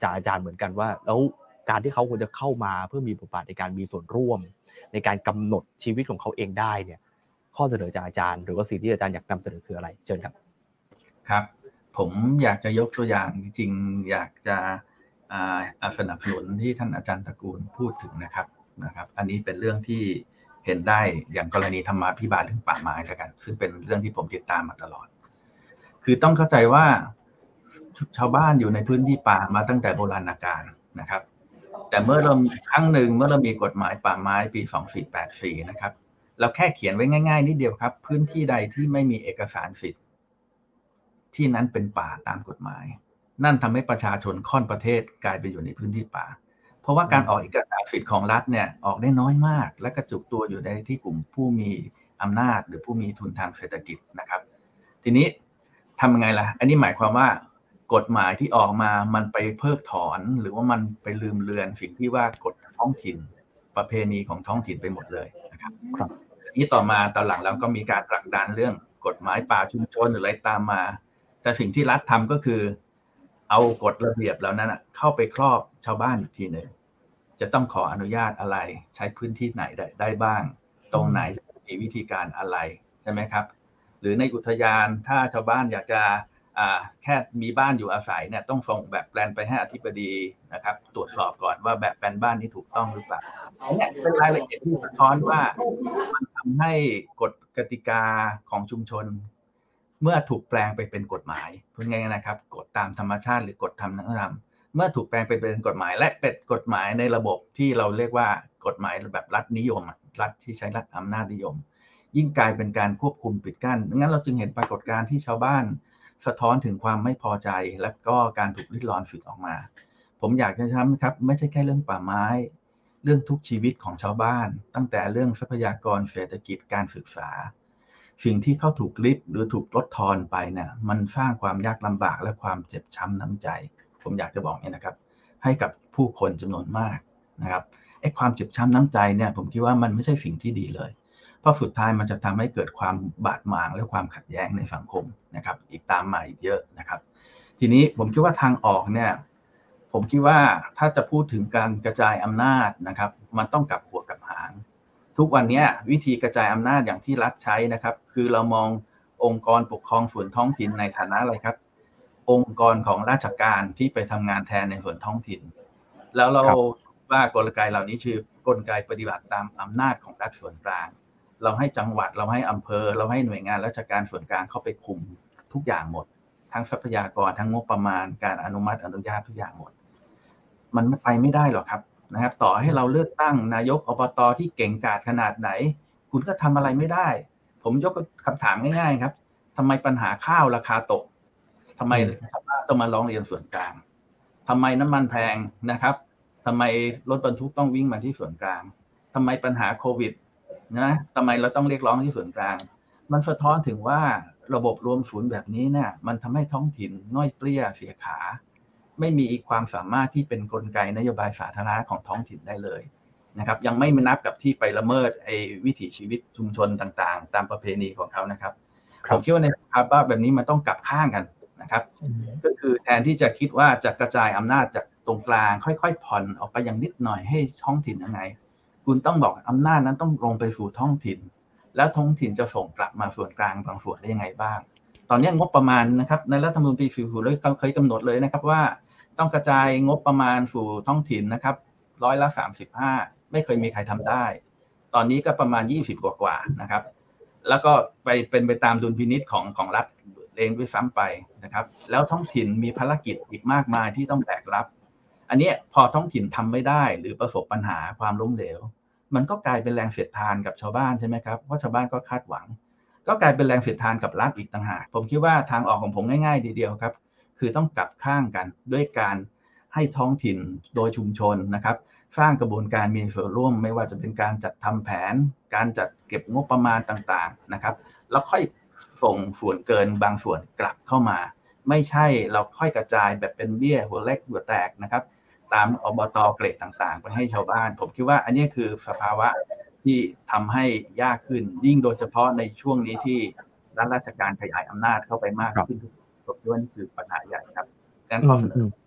จากอาจารย์เหมือนกันว่าแล้วการที่เขาควรจะเข้ามาเพื่อมีบทบาทในการมีส่วนร่วมในการกำหนดชีวิตของเขาเองได้เนี่ยข้อเสนอจากอาจารย์หรือว่าสิ่งที่อาจารย์อยากนำเสนอคืออะไรเชิญครับครับผมอยากจะยกตัวอย่างจริงๆอยากจะสนับสนุนที่ท่านอาจารย์ตระกูลพูดถึงนะครับนะครับอันนี้เป็นเรื่องที่เห็นได้อย่างกรณีธรรมาภิบาลเรื่องป่าไม้แล้วกันซึ่งเป็นเรื่องที่ผมติดตามมาตลอดคือต้องเข้าใจว่าชาวบ้านอยู่ในพื้นที่ป่ามาตั้งแต่โบราณกาลนะครับแต่เมื่อเราครั้งหนึ่งเมื่อเรามีกฎหมายป่าไม้ปีสองสี่แปดสี่นะครับเราแค่เขียนไว้ง่ายๆนิดเดียวครับพื้นที่ใดที่ไม่มีเอกสารสิทธิ์ที่นั้นเป็นป่าตามกฎหมายนั่นทำให้ประชาชนค่อนประเทศกลายไปอยู่ในพื้นที่ป่าเพราะว่าการออกเอกสารสิทธิ์ของรัฐเนี่ยออกได้น้อยมากและกระจุกตัวอยู่ในที่กลุ่มผู้มีอำนาจหรือผู้มีทุนทางเศรษฐกิจนะครับทีนี้ทำยังไงล่ะอันนี้หมายความว่ากฎหมายที่ออกมามันไปเพิกถอนหรือว่ามันไปลืมเลือนสิ่งที่ว่ากฎท้องถิ่นประเพณีของท้องถิ่นไปหมดเลยนะครับครับนี้ต่อมาตอนหลังแล้วก็มีการผลักดันเรื่องกฎหมายป่าชุมชนหรืออะไรตามมาแต่สิ่งที่รัฐทำก็คือเอากฎระเบียบเหล่านั้นเข้าไปครอบชาวบ้านอีกทีหนึ่งจะต้องขออนุญาตอะไรใช้พื้นที่ไหนได้ได้บ้างตรงไหนมีวิธีการอะไรใช่ไหมครับหรือในอุทยานถ้าชาวบ้านอยากจะอ่าแค่มีบ้านอยู่อาศัยเนี่ยต้องส่งแบบแปลนไปให้อธิบดีนะครับตรวจสอบก่อนว่าแบบแปลนบ้านนี้ถูกต้องหรือเปล่าอันนี้เป็นรายละเอียดที่สะท้อนว่ามันทำให้กฎกติกาของชุมชนเมื่อถูกแปลงไปเป็นกฎหมายพูดง่ายๆนะครับกฎตามธรรมชาติหรือกฎธรรมนธรรมเมื่อถูกแปลงไปเป็นกฎหมายและเป็นกฎหมายในระบบที่เราเรียกว่ากฎหมายแบบรัฐนิยมรัฐที่ใช้รัฐอำนาจนิยมยิ่งกลายเป็นการควบคุมปิดกั้นงั้นเราจึงเห็นปรากฏการณ์ที่ชาวบ้านสะท้อนถึงความไม่พอใจและก็การถูกริดรอนสิทธิ์ออกมาผมอยากจะย้ำครับไม่ใช่แค่เรื่องป่าไม้เรื่องทุกชีวิตของชาวบ้านตั้งแต่เรื่องทรัพยากรเศรษฐกิจการศึกษาสิ่งที่เขาถูกริบหรือถูกลดทอนไปเนี่ยมันสร้างความยากลำบากและความเจ็บช้ำน้ำใจผมอยากจะบอกเนี่ยนะครับให้กับผู้คนจำนวนมากนะครับไอ้ความเจ็บช้ำน้ำใจเนี่ยผมคิดว่ามันไม่ใช่สิ่งที่ดีเลยเพราะสุดท้ายมันจะทำให้เกิดความบาดหมางและความขัดแย้งในสังคมนะครับอีกตามมาอีกเยอะนะครับทีนี้ผมคิดว่าทางออกเนี่ยผมคิดว่าถ้าจะพูดถึงการกระจายอำนาจนะครับมันต้องกลับหัวกลับหางทุกวันนี้วิธีกระจายอำนาจอย่างที่รัฐใช้นะครับคือเรามององค์กรปกครองส่วนท้องถิ่นในฐานะอะไรครับองค์กรของราชการที่ไปทำงานแทนในส่วนท้องถิ่นแล้วเราว่ากลไกเหล่านี้คือกลไกปฏิบัติตามอำนาจของรัฐส่วนกลางเราให้จังหวัดเราให้อำเภอเราให้หน่วยงานราชการส่วนกลางเข้าไปคุมทุกอย่างหมดทั้งทรัพยากรทั้งงบประมาณการอนุมัติอนุญาตทุกอย่างหมดมันไปไม่ได้หรอกครับนะครับต่อให้เราเลือกตั้งนายกอบตที่เก่งกาจขนาดไหนคุณก็ทำอะไรไม่ได้ผมยกคำถามง่ายๆครับทำไมปัญหาข้าวราคาตกทำไมชาวบ้านต้องมาร้องเรียนส่วนกลางทำไมน้ำมันแพงนะครับทำไมรถบรรทุกต้องวิ่งมาที่ส่วนกลางทำไมปัญหาโควิดนะทำไมเราต้องเรียกร้องที่ส่วนกลางมันสะท้อนถึงว่าระบบรวมศูนย์แบบนี้เนี่ยมันทำให้ท้องถิ่นน้อยเปรี้ยเสียขาไม่มีความสามารถที่เป็นกลไกนโยบายสาธารณะของท้องถิ่นได้เลยนะครับยังไม่นับกับที่ไปละเมิดไอ้วิถีชีวิตชุมชนต่างๆตามประเพณีของเขานะครับผมคิดว่าในภาวะแบบนี้มันต้องกลับข้างกันนะครับก็คือแทนที่จะคิดว่าจะกระจายอำนาจจากตรงกลางค่อยๆผ่อนออกไปอย่างนิดหน่อยให้ท้องถิ่นยังไงคุณต้องบอกอำนาจนั้นต้องลงไปสู่ท้องถิ่นแล้วท้องถิ่นจะส่งกลับมาส่วนกลางบางส่วนได้ยังไงบ้างตอนนี้งบประมาณนะครับในรัฐธรรมนูญปีสี่สิบเลยเคยกำหนดเลยนะครับว่าต้องกระจายงบประมาณสู่ท้องถิ่นนะครับร้อยละสามสิบห้าไม่เคยมีใครทำได้ตอนนี้ก็ประมาณยี่สิบกว่าๆนะครับแล้วก็ไปเป็นไปตามดุลพินิจของของรัฐเองด้วยซ้ำไปนะครับแล้วท้องถิ่นมีภารกิจอีกมากมายที่ต้องแบกรับอันนี้พอท้องถิ่นทำไม่ได้หรือประสบปัญหาความล้มเหลวมันก็กลายเป็นแรงเสียดทานกับชาวบ้านใช่ไหมครับเพราะชาวบ้านก็คาดหวังก็กลายเป็นแรงเสียดทานกับรัฐอีกต่างหากผมคิดว่าทางออกของผมง่ายๆทีเดียวครับคือต้องกลับข้างกันด้วยการให้ท้องถิ่นโดยชุมชนนะครับสร้างกระบวนการมีส่วนร่วมไม่ว่าจะเป็นการจัดทำแผนการจัดเก็บงบประมาณต่างๆนะครับแล้วค่อยส่งส่วนเกินบางส่วนกลับเข้ามาไม่ใช่เราค่อยกระจายแบบเป็นเบี้ยหัวเล็กหัวแตกนะครับตามอบต.เกรดต่างๆไปให้ชาวบ้านผมคิดว่าอันนี้คือสภาวะที่ทำให้ยากขึ้นยิ่งโดยเฉพาะในช่วงนี้ที่รัฐราชการขยายอำนาจเข้าไปมากขึ้นผมคิดว่านี่คือปัญหาใหญ่ครับงั้นข้อเสนอผม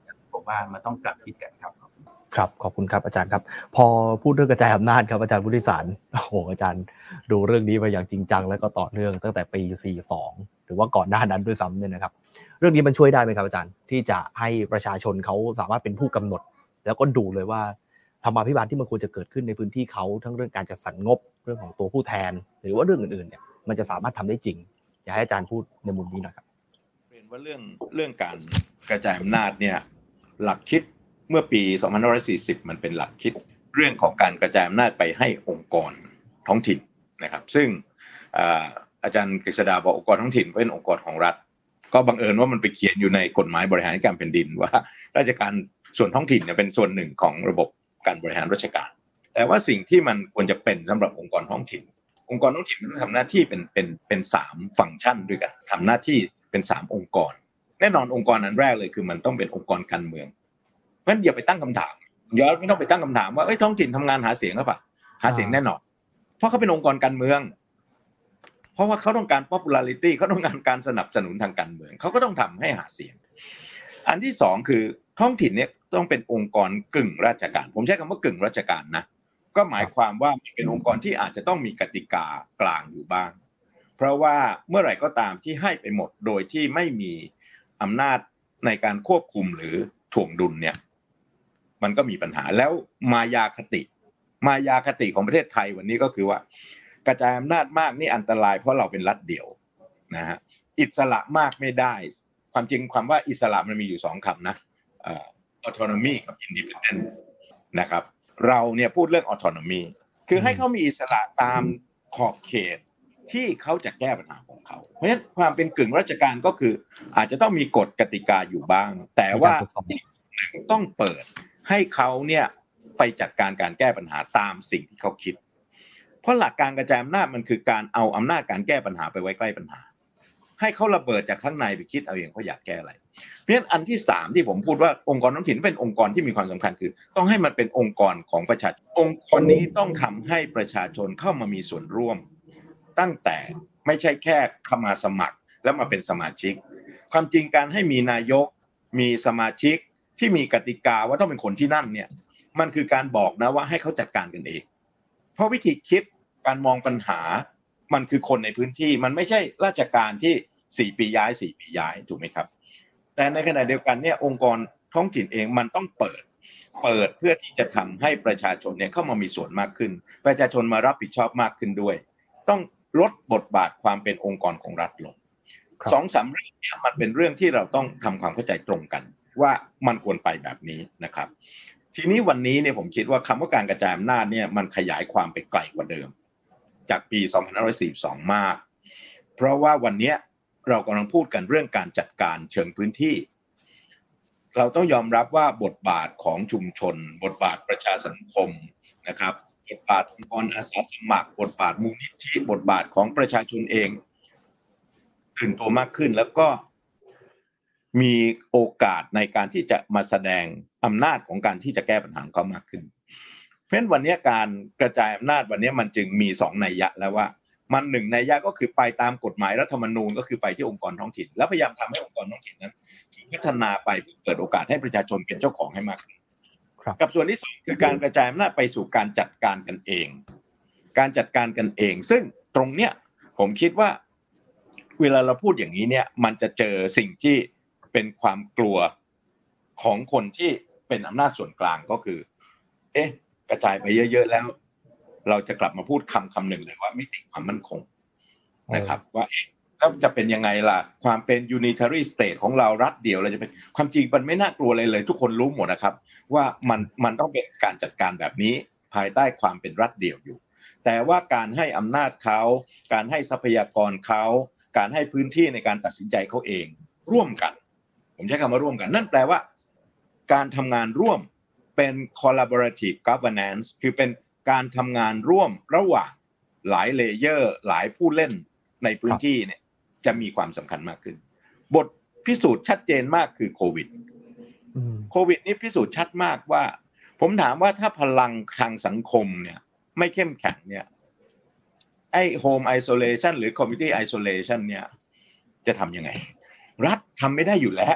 ว่ามันต้องกลับคิดกันครับครับขอบคุณครับอาจารย์ครับพอพูดเรื่องกระจายอำนาจครับอาจารย์วุฒิสารโอ้โหอาจารย์ดูเรื่องนี้มาอย่างจริงจังแล้วก็ต่อเนื่องตั้งแต่ปีสี่สิบสองหรือว่าก่อนหน้านั้นด้วยซ้ำเนี่ยนะครับเรื่องนี้มันช่วยได้ไหมครับอาจารย์ที่จะให้ประชาชนเขาสามารถเป็นผู้กำหนดแล้วก็ดูเลยว่าธรรมาภิบาลที่มันควรจะเกิดขึ้นในพื้นที่เขาทั้งเรื่องการจัดสรรงบเรื่องของตัวผู้แทนหรือว่าเรื่องอื่นๆเนี่ยมันจะสามารถทำได้จริงอยากให้อาจารย์พูดในมุมนี้หน่อยครับเป็นว่าเรื่องเรื่องการกระจายอำนาจเนี่ยหลักคิดเมื่อปีสองพันห้าร้อยสี่สิบมันเป็นหลักคิดเรื่องของการกระจายอำนาจไปให้องค์กรท้องถิ่นนะครับซึ่งอาจารย์กฤษดาบอกองค์กรท้องถิ่นเป็นองค์กรของรัฐก็บังเอิญว่ามันไปเขียนอยู่ในกฎหมายบริหารการแผ่นดินว่าราชการส่วนท้องถิ่นเนี่ยเป็นส่วนหนึ่งของระบบการบริหารราชการแต่ว่าสิ่งที่มันควรจะเป็นสำหรับองค์กรท้องถิ่นองค์กรท้องถิ่นมันต้องทำหน้าที่เป็นเป็นเป็นสามฟังก์ชันด้วยกันทำหน้าที่เป็นสามองค์กรแน่นอนองค์กรอันแรกเลยคือมันต้องเป็นองค์กรการเมืองเพราะฉะนั้นอย่าไปตั้งคำถามย้อนไม่ต้องไปตั้งคำถามว่าเอ้ยท้องถิ่นทำงานหาเสียงหรือเปล่าหาเสียงแน่นอนเพราะเขาเป็นองค์กรการเมืองเพราะว่าเขาต้องการ popularity เขาต้องการการสนับสนุนทางการเมืองเขาก็ต้องทำให้หาเสียงอันที่สองคือท้องถิ่นเนี่ยต้องเป็นองค์กรกึ่งราชการผมใช้คำว่ากึ่งราชการนะก็หมายความว่าเป็นองค์กรที่อาจจะต้องมีกติกากลางอยู่บ้างเพราะว่าเมื่อไหร่ก็ตามที่ให้ไปหมดโดยที่ไม่มีอำนาจในการควบคุมหรือถ่วงดุลเนี่ยมันก็มีปัญหาแล้วมายาคติมายาคติของประเทศไทยวันนี้ก็คือว่ากระจายอำนาจมากนี่อันตรายเพราะเราเป็นรัฐเดี่ยวนะฮะอิสระมากไม่ได้ความจริงความว่าอิสระมันมีอยู่สองคำนะเอ่อ autonomy กับ independent นะครับเราเนี่ยพูดเรื่อง autonomy คือให้เขามีอิสระตามขอบเขตที่เขาจะแก้ปัญหาของเขาเพราะฉะนั้นความเป็นกึ่งราชการก็คืออาจจะต้องมีกฎกติกาอยู่บ้างแต่ว่าต้องเปิดให้เขาเนี่ยไปจัดการการแก้ปัญหาตามสิ่งที่เขาคิดเพราะหลักการกระจายอำนาจมันคือการเอาอำนาจการแก้ปัญหาไปไว้ใกล้ปัญหาให้เขาระเบิดจากข้างในไปคิดเอาเองเขาอยากแก้อะไรเพราะฉะนั้นอันที่สามที่ผมพูดว่าองค์กรท้องถิ่นเป็นองค์กรที่มีความสำคัญคือต้องให้มันเป็นองค์กรของประชาชนองค์กรนี้ต้องทำให้ประชาชนเข้ามามีส่วนร่วมตั้งแต่ไม่ใช่แค่เข้ามาสมัครแล้วมาเป็นสมาชิกความจริงการให้มีนายกมีสมาชิกที่มีกติกาว่าต้องเป็นคนที่นั่นเนี่ยมันคือการบอกนะว่าให้เขาจัดการกันเองเพราะวิธีคิดการมองปัญหามันคือคนในพื้นที่มันไม่ใช่ราชการที่สี่ปีย้ายสี่ปีย้ายถูกไหมครับแต่ในขณะเดียวกันเนี่ยองค์กรท้องถิ่นเองมันต้องเปิดเปิดเพื่อที่จะทำให้ประชาชนเนี่ยเข้ามามีส่วนมากขึ้นประชาชนมารับผิดชอบมากขึ้นด้วยต้องลดบทบาทความเป็นองค์กรของรัฐลงสองสามเรื่องเนี่ยมันเป็นเรื่องที่เราต้องทำความเข้าใจตรงกันว่ามันควรไปแบบนี้นะครับทีนี้วันนี้เนี่ยผมคิดว่าคำว่าการกระจายอำนาจเนี่ยมันขยายความไปไกลกว่าเดิมจากปีสองพันห้าร้อยสี่สิบสองมากเพราะว่าวันนี้เรากำลังพูดกันเรื่องการจัดการเชิงพื้นที่เราต้องยอมรับว่าบทบาทของชุมชนบทบาทประชาสังคมนะครับบทบาทองค์กรอาสาสมัครบทบาทมูลนิธิบทบาทของประชาชนเองตื่นตัวมากขึ้นแล้วก็มีโอกาสในการที่จะมาแสดงอำนาจของการที่จะแก้ปัญหาของเขามากขึ้นเพราะฉะนั้นวันนี้การกระจายอำนาจวันนี้มันจึงมีสองนัยยะแล้วว่ามันหนึ่งนัยยะก็คือไปตามกฎหมายรัฐธรรมนูญก็คือไปที่องค์กรท้องถิ่นแล้วพยายามทำให้องค์กรท้องถิ่นนั้นพัฒนาไปเปิดโอกาสให้ประชาชนเป็นเจ้าของให้มากขึ้นกับส่วนที่สองคือการกระจายอำนาจไปสู่การจัดการกันเองการจัดการกันเองซึ่งตรงเนี้ยผมคิดว่าเวลาเราพูดอย่างนี้เนี่ยมันจะเจอสิ่งที่เป็นความกลัวของคนที่เป็นอำนาจส่วนกลางก็คือเอ๊ะกระจายไปเยอะๆแล้วเราจะกลับมาพูดคำคำหนึ่งเลยว่ามิติความมั่นคงนะครับว่าแล้วจะเป็นยังไงล่ะความเป็น unitary state ของเรารัฐเดียวเราจะเป็นความจริงมันไม่น่ากลัวอะไรเลยทุกคนรู้หมดนะครับว่ามันมันต้องเป็นการจัดการแบบนี้ภายใต้ความเป็นรัฐเดียวอยู่แต่ว่าการให้อำนาจเขาการให้ทรัพยากรเขาการให้พื้นที่ในการตัดสินใจเขาเองร่วมกันผมใช้คำว่าร่วมกันนั่นแปลว่าการทำงานร่วมเป็น collaborative governance คือเป็นการทำงานร่วมระหว่างหลายเลเยอร์หลายผู้เล่นในพื้นที่เนี่ยจะมีความสำคัญมากขึ้นบทพิสูจน์ชัดเจนมากคือโควิดโควิดนี่พิสูจน์ชัดมากว่าผมถามว่าถ้าพลังทางสังคมเนี่ยไม่เข้มแข็งเนี่ยไอ้ home isolation หรือ community isolation เนี่ยจะทำยังไงรัฐทำไม่ได้อยู่แล้ว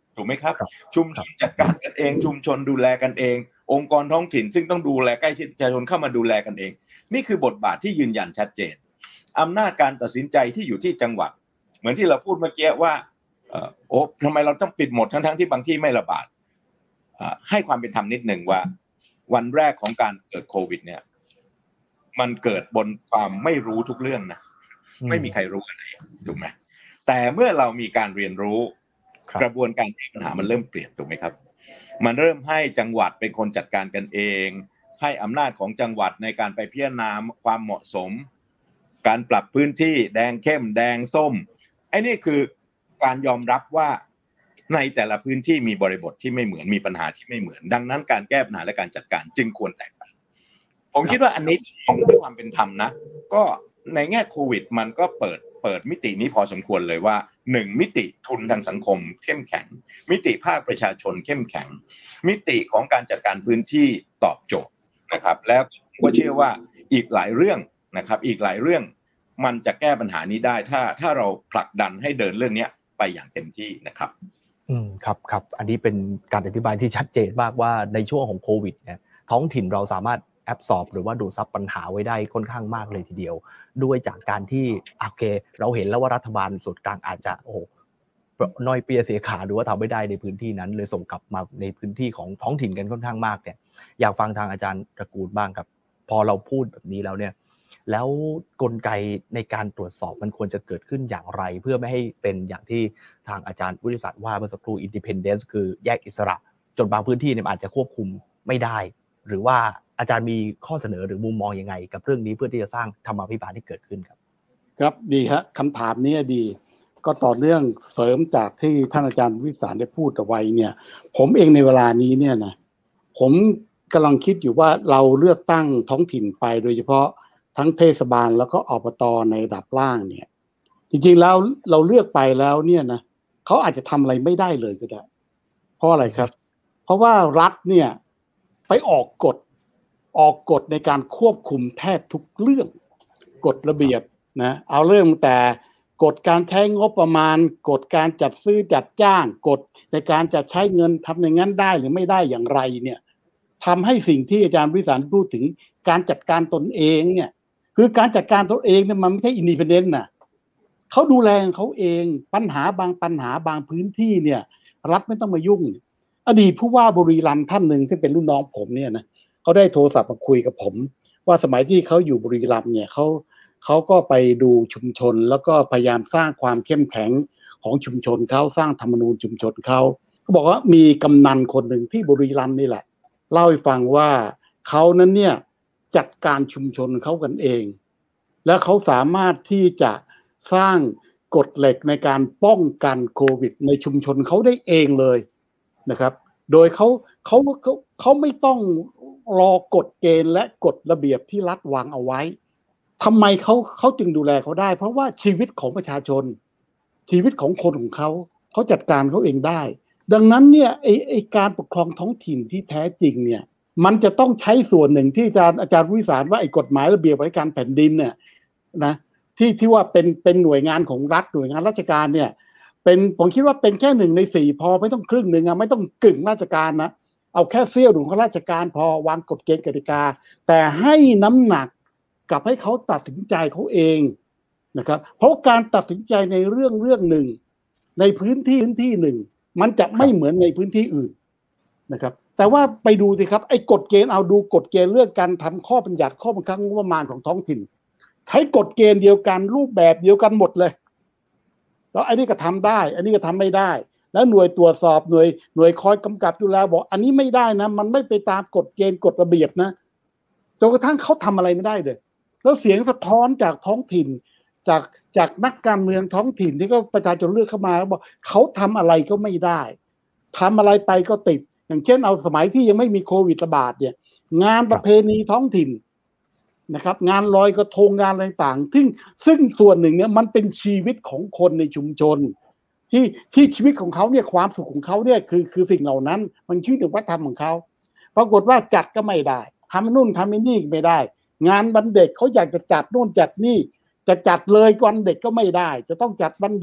ถูกไหมครับชุมชนจัดการกันเองชุมชนดูแลกันเององค์กรท้องถิ่นซึ่งต้องดูแลใกล้ชิดประชาชนเข้ามาดูแลกันเองนี่คือบทบาทที่ยืนยันชัดเจนอำนาจการตัดสินใจที่อยู่ที่จังหวัดเหมือนที่เราพูดเมื่อกี้ว่าเอ่อโอ้ทำไมเราต้องปิดหมดทั้งๆที่บางที่ไม่ระบาดให้ความเป็นธรรมนิดหนึ่งว่าวันแรกของการเกิดโควิดเนี่ยมันเกิดบนความไม่รู้ทุกเรื่องนะไม่มีใครรู้อะไรถูกไหมแต่เมื่อเรามีการเรียนรู้กระบวนการแก้ปัญหามันเริ่มเปลี่ยนถูกไหมครับมันเริ่มให้จังหวัดเป็นคนจัดการกันเองให้อำนาจของจังหวัดในการไปพิจารณาความเหมาะสมการปรับพื้นที่แดงเข้มแดงส้มไอ้นี่คือการยอมรับว่าในแต่ละพื้นที่มีบริบทที่ไม่เหมือนมีปัญหาที่ไม่เหมือนดังนั้นการแก้ปัญหาและการจัดการจึงควรแตกต่างผมคิดว่าอันนี้มองด้วยความเป็นธรรมนะก็ในแง่โควิดมันก็เปิดเปิดมิตินี้พอสมควรเลยว่าหนึ่งมิติทุนทางสังคมเข้มแข็งมิติภาคประชาชนเข้มแข็งมิติของการจัดการพื้นที่ตอบโจทย์นะครับแล้วก็เชื่อว่าอีกหลายเรื่องนะครับอีกหลายเรื่องมันจะแก้ปัญหานี้ได้ถ้าถ้าเราผลักดันให้เดินเรื่องนี้ไปอย่างเต็มที่นะครับอืมครับครับอันนี้เป็นการอธิบายที่ชัดเจนมากว่าในช่วงของโควิดเนี่ยท้องถิ่นเราสามารถแอบสอบหรือว่าดูดซับปัญหาไว้ได้ค่อนข้างมากเลยทีเดียวด้วยจากการที่โอเคเราเห็นแล้วว่ารัฐบาลส่วนกลางอาจจะโอ้โหน้อยเปียเสียขาหรือว่าทำไม่ได้ในพื้นที่นั้นเลยส่งกลับมาในพื้นที่ของท้องถิ่นกันค่อนข้างมากเนี่ยอยากฟังทางอาจารย์ตระกูลบ้างครับพอเราพูดแบบนี้แล้วเนี่ยแล้วกลไกในการตรวจสอบมันควรจะเกิดขึ้นอย่างไรเพื่อไม่ให้เป็นอย่างที่ทางอาจารย์วุฒิศักดิ์ว่าเมื่อสักครู่ independence คือแยกอิสระจนบางพื้นที่เนี่ยอาจจะควบคุมไม่ได้หรือว่าอาจารย์มีข้อเสนอหรือมุมมองยังไงกับเรื่องนี้เพื่อที่จะสร้างธรรมาภิบาลที่เกิดขึ้นครับครับดีฮะคำถามนี้ดีก็ต่อเนื่องเสริมจากที่ท่านอาจารย์วิสารได้พูดเอาไว้เนี่ยผมเองในเวลานี้เนี่ยนะผมกำลังคิดอยู่ว่าเราเลือกตั้งท้องถิ่นไปโดยเฉพาะทั้งเทศบาลแล้วก็อบต.ในระดับล่างเนี่ยจริงๆแล้วเราเลือกไปแล้วเนี่ยนะเขาอาจจะทำอะไรไม่ได้เลยก็ได้เพราะอะไรครับเพราะว่ารัฐเนี่ยไปออกกฎออกกฎในการควบคุมแทบทุกเรื่องกฎระเบียบนะเอาเรื่องแต่กฎการใช้งบประมาณกฎการจัดซื้อจัดจ้างกฎในการจะใช้เงินทำอย่างนั้นได้หรือไม่ได้อย่างไรเนี่ยทำให้สิ่งที่อาจารย์วิสารพูดถึงการจัดการตนเองเนี่ยคือการจัดการตนเองเนี่ยมันไม่ใช่อินดิเพนเดนต์นะเขาดูแลเขาเองปัญหาบางปัญหาบางพื้นที่เนี่ยรัฐไม่ต้องมายุ่งอดีตผู้ว่าบุรีรัมย์ท่านหนึ่งซึ่งเป็นรุ่นน้องผมเนี่ยนะเขาได้โทรศัพท์มาคุยกับผมว่าสมัยที่เขาอยู่บุรีรัมย์เนี่ยเขาเขาก็ไปดูชุมชนแล้วก็พยายามสร้างความเข้มแข็งของชุมชนเขาสร้างธรรมนูญชุมชนเขาเขาบอกว่ามีกำนันคนหนึ่งที่บุรีรัมย์นี่แหละเล่าให้ฟังว่าเขานั้นเนี่ยจัดการชุมชนเขากันเองและเขาสามารถที่จะสร้างกฎเหล็กในการป้องกันโควิดในชุมชนเขาได้เองเลยนะครับโดยเขาเขาเขาเขาไม่ต้องรอกฎเกณฑ์และกฎระเบียบที่รัฐวางเอาไว้ทำไมเขาเขาจึงดูแลเขาได้เพราะว่าชีวิตของประชาชนชีวิตของคนของเขาเขาจัดการเขาเองได้ดังนั้นเนี่ยไอไอการปกครองท้องถิ่นที่แท้จริงเนี่ยมันจะต้องใช้ส่วนหนึ่งที่อาจารย์อาจารย์วิสารว่าไอ้กฎหมายระเบียบราชการแผ่นดินเนี่ยนะที่ที่ว่าเป็นเป็นหน่วยงานของรัฐหน่วยงานราชการเนี่ยเป็นผมคิดว่าเป็นแค่หนึ่งในสี่พอไม่ต้องครึ่งหนึ่งอะไม่ต้องกึ่งราชการนะเอาแค่เสี้ยวหนึ่งของราชการพอวางกฎเกณฑ์กติกาแต่ให้น้ำหนักกับให้เขาตัดสินใจเขาเองนะครับเพราะการตัดสินใจในเรื่องเรื่องหนึ่งในพื้นที่พื้นที่หนึ่งมันจะไม่เหมือนในพื้นที่อื่นนะครับแต่ว่าไปดูสิครับไอ้กฎเกณฑ์เอาดูกฎเกณฑ์เรื่องการทำข้อบัญญัติข้อบังคับงบประมาณของท้องถิ่นใช้กฎเกณฑ์เดียวกันรูปแบบเดียวกันหมดเลยแล้วอันนี้ก็ทำได้อันนี้ก็ทำไม่ได้แล้วหน่วยตรวจสอบหน่วยหน่วยคอยกำกับดูแลบอกอันนี้ไม่ได้นะมันไม่ไปตามกฎเกณฑ์กฎระเบียบนะจนกระทั่งเขาทำอะไรไม่ได้เลยแล้วเสียงสะท้อนจากท้องถิ่นจากจากนักการเมืองท้องถิ่นที่ก็ประชาชนเลือกเข้ามาบอกเขาทำอะไรก็ไม่ได้ทำอะไรไปก็ติดอย่างเช่นเอาสมัยที่ยังไม่มีโควิดระบาดเนี่ยงานประเพณีท้องถิ่นนะครับงานลอยกระทงงานอะไรต่างซึ่งซึ่งส่วนหนึ่งเนี่ยมันเป็นชีวิตของคนในชุมชนที่ที่ชีวิตของเขาเนี่ยความสุขของเขาเนี่ยคือคือสิ่งเหล่านั้นมันชื่อถึงวัฒนธรรมของเขาปรากฏว่าจัดก็ไม่ได้ทำนู่นทำนี่ไม่ได้งานวันเด็กเขาอยากจะจัดนู่นจัดนี่จะจัดเลยวันเด็กก็ไม่ได้จะต้องจัดวันเด็ก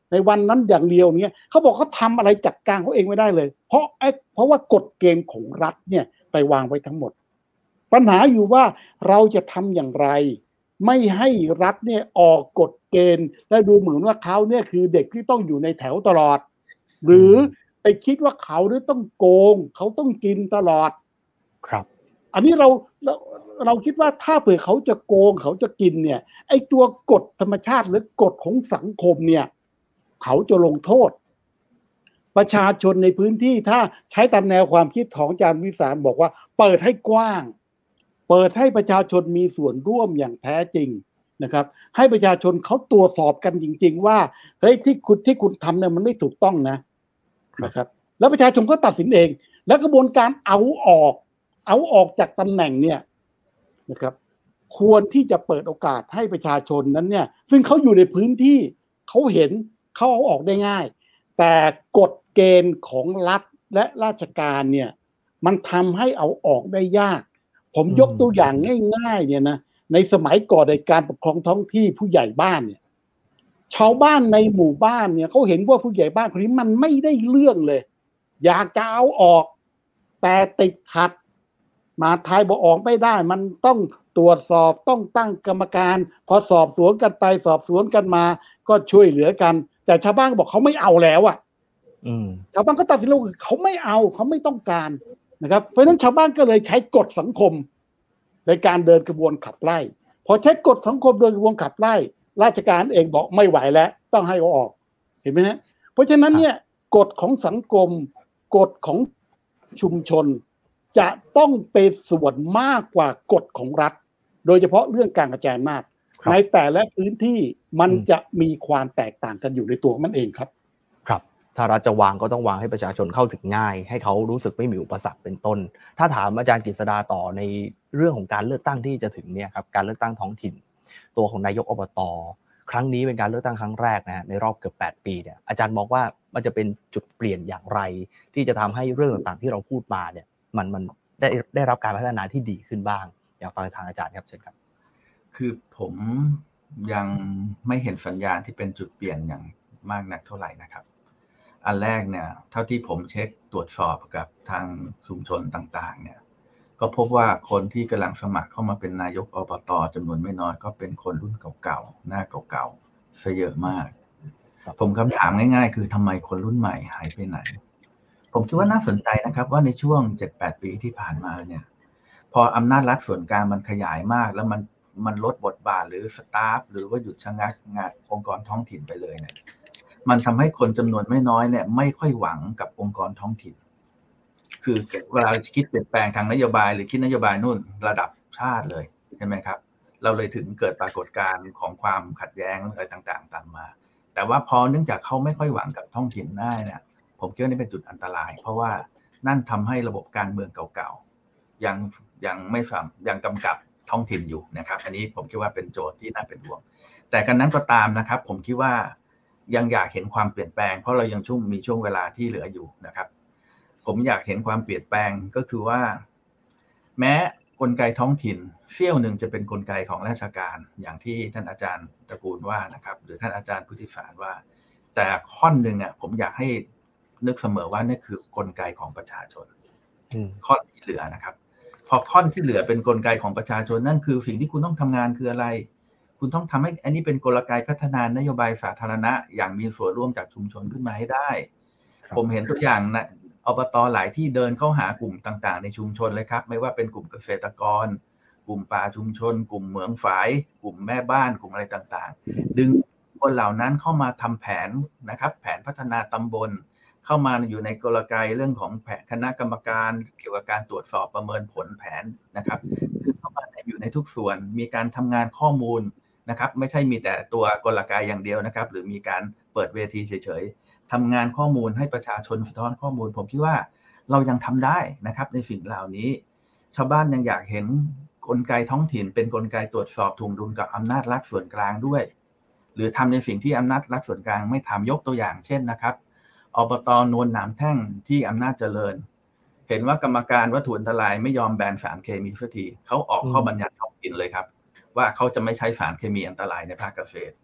ในวันนั้นอย่างเดียวเนี่ยเขาบอกเขาทำอะไรจัดการเขาเองไม่ได้เลยเพราะไอ้เพราะว่ากฎเกณฑ์ของรัฐเนี่ยไปวางไว้ทั้งหมดปัญหาอยู่ว่าเราจะทำอย่างไรไม่ให้รัฐเนี่ยออกกฎเกณฑ์และดูเหมือนว่าเขาเนี่ยคือเด็กที่ต้องอยู่ในแถวตลอดหรือไปคิดว่าเขาเนี่ยต้องโกงเขาต้องกินตลอดครับอันนี้เราเราเราคิดว่าถ้าเผื่อเขาจะโกงเขาจะกินเนี่ยไอ้ตัวกฎธรรมชาติหรือกฎของสังคมเนี่ยเขาจะลงโทษประชาชนในพื้นที่ถ้าใช้ตามแนวความคิดของอาจารย์วิสารบอกว่าเปิดให้กว้างเปิดให้ประชาชนมีส่วนร่วมอย่างแท้จริงนะครับให้ประชาชนเขาตรวจสอบกันจริงๆว่าเฮ้ยที่คุณที่คุณทำเนี่ยมันไม่ถูกต้องนะนะครับแล้วประชาชนก็ตัดสินเองแล้วกระบวนการเอาออกเอาออกจากตำแหน่งเนี่ยนะครับควรที่จะเปิดโอกาสให้ประชาชนนั้นเนี่ยซึ่งเขาอยู่ในพื้นที่เขาเห็นเขาเอาออกได้ง่ายแต่กฎเกณฑ์ของรัฐและราชการเนี่ยมันทำให้เอาออกได้ยากผมยกตัวอย่างง่ายๆเนี่ยนะในสมัยก่อนในการปกครองท้องที่ผู้ใหญ่บ้านเนี่ยชาวบ้านในหมู่บ้านเนี่ยเขาเห็นว่าผู้ใหญ่บ้านคนนี้มันไม่ได้เรื่องเลยอยากจะเอาออกแต่ติดขัดมาไทยบอกออกไม่ได้มันต้องตรวจสอบต้องตั้งกรรมการพอสอบสวนกันไปสอบสวนกันมาก็ช่วยเหลือกันแต่ชาวบ้านบอกเขาไม่เอาแล้วอ่ะชาวบ้านก็ตัดสินแล้วเขาไม่เอาเขาไม่ต้องการนะครับเพราะฉะนั้นชาวบ้านก็เลยใช้กฎสังคมในการเดินกระบวนขับไล่พอใช้กฎสังคมเดินกระบวนขับไล่ราชการเองบอกไม่ไหวแล้วต้องให้เอาออกเห็นไหมฮะเพราะฉะนั้นเนี่ยกฎของสังคมกฎของชุมชนจะต้องเป็นส่วนมากกว่ากฎของรัฐโดยเฉพาะเรื่องการกระจายอำนาจในแต่ละพื้นที่มันจะมีความแตกต่างกันอยู่ในตัวมันเองครับครับถ้ารัฐจะวางก็ต้องวางให้ประชาชนเข้าถึงง่ายให้เขารู้สึกไม่มีอุปสรรคเป็นต้นถ้าถามอาจารย์กฤษดาต่อในเรื่องของการเลือกตั้งที่จะถึงเนี่ยครับการเลือกตั้งท้องถิ่นตัวของนายกอบต.ครั้งนี้เป็นการเลือกตั้งครั้งแรกนะในรอบเกือบแปดปีเนี่ยอาจารย์มองว่ามันจะเป็นจุดเปลี่ยนอย่างไรที่จะทำให้เรื่องต่างๆที่เราพูดมาเนี่ยมันมันได้ได้รับการพัฒนาที่ดีขึ้นบ้างอยากฟังทางอาจารย์ครับเชิญครับคือผมยังไม่เห็นสัญญาณที่เป็นจุดเปลี่ยนอย่างมากนักเท่าไหร่นะครับอันแรกเนี่ยเท่าที่ผมเช็คตรวจสอบกับทางชุมชนต่างๆเนี่ยก็พบว่าคนที่กำลังสมัครเข้ามาเป็นนายกอบต.จำนวนไม่น้อยก็เป็นคนรุ่นเก่าๆหน้าเก่าๆซะเยอะมากผมคำถามง่ายๆคือทำไมคนรุ่นใหม่หายไปไหนผมคิดว่าน่าสนใจนะครับว่าในช่วง เจ็ดแปด ปีที่ผ่านมาเนี่ยพออำนาจรัฐส่วนกลางมันขยายมากแล้วมันมันลดบทบาทหรือสตาฟหรือว่าหยุดชะงักงานองค์กรท้องถิ่นไปเลยเนี่ยมันทำให้คนจำนวนไม่น้อยเนี่ยไม่ค่อยหวังกับองค์กรท้องถิ่นคือเวลาคิดเปลี่ยนแปลงทางนโยบายหรือคิดนโยบายนู่นระดับชาติเลยใช่ไหมครับเราเลยถึงเกิดปรากฏการณ์ของความขัดแย้งอะไรต่างๆตามมาแต่ว่าพอเนื่องจากเขาไม่ค่อยหวังกับท้องถิ่นได้เนี่ยผมคิดว่านี่เป็นจุดอันตรายเพราะว่านั่นทำให้ระบบการเมืองเก่าๆยังยังไม่ฟังยังกำกับท้องถิ่นอยู่นะครับอันนี้ผมคิดว่าเป็นโจทย์ที่น่าเป็นห่วงแต่กันนั้นก็ตามนะครับผมคิดว่ายังอยากเห็นความเปลี่ยนแปลงเพราะเรายังช่วงมีช่วงเวลาที่เหลืออยู่นะครับผมอยากเห็นความเปลี่ยนแปลงก็คือว่าแม้กลไกท้องถิ่นเสี้ยวหนึ่งจะเป็นกลไกของราชการอย่างที่ท่านอาจารย์ตระกูลว่านะครับหรือท่านอาจารย์พุทธิสารว่าแต่ข้อหนึ่งอ่ะผมอยากให้นึกเสมอว่านี่คือกลไกของประชาชนข้อที่เหลือนะครับพอข้อที่เหลือเป็นกลไกของประชาชนนั่นคือสิ่งที่คุณต้องทำงานคืออะไรคุณต้องทำให้อันนี้เป็นกลไกพัฒนานโยบายสาธารณะอย่างมีส่วนร่วมจากชุมชนขึ้นมาให้ได้ผมเห็นตัวอย่างนะอบต.หลายที่เดินเข้าหากลุ่มต่างๆในชุมชนเลยครับไม่ว่าเป็นกลุ่มเกษตรกรกลุ่มป่าชุมชนกลุ่มเหมืองฝายกลุ่มแม่บ้านกลุ่มอะไรต่างๆดึงคนเหล่านั้นเข้ามาทำแผนนะครับแผนพัฒนาตำบลเข้ามาอยู่ในกลไกเรื่องของแผนคณะกรรมการเกี่ยวกับการตรวจสอบประเมินผลแผนนะครับคือเข้ามาอยู่ในทุกส่วนมีการทำงานข้อมูลนะครับไม่ใช่มีแต่ตัวกลไกอย่างเดียวนะครับหรือมีการเปิดเวทีเฉยๆทำงานข้อมูลให้ประชาชนสะท้อนข้อมูลผมคิดว่าเรายังทำได้นะครับในสิ่งเหล่านี้ชาวบ้านยังอยากเห็นกลไกท้องถิ่นเป็นกลไกตรวจสอบถ่วงดุลกับอำนาจรัฐส่วนกลางด้วยหรือทำในสิ่งที่อำนาจรัฐส่วนกลางไม่ทำยกตัวอย่างเช่นนะครับอบต.โนนหนามแท่งที่อำนาจเจริญเห็นว่ากรรมการวัตถุอันตรายไม่ยอมแบนสารเคมีสักทีเขาออกข้อบัญญัติท้องถิ่นเลยครับว่าเขาจะไม่ใช้สารเคมีอันตรายในภาคเกษตร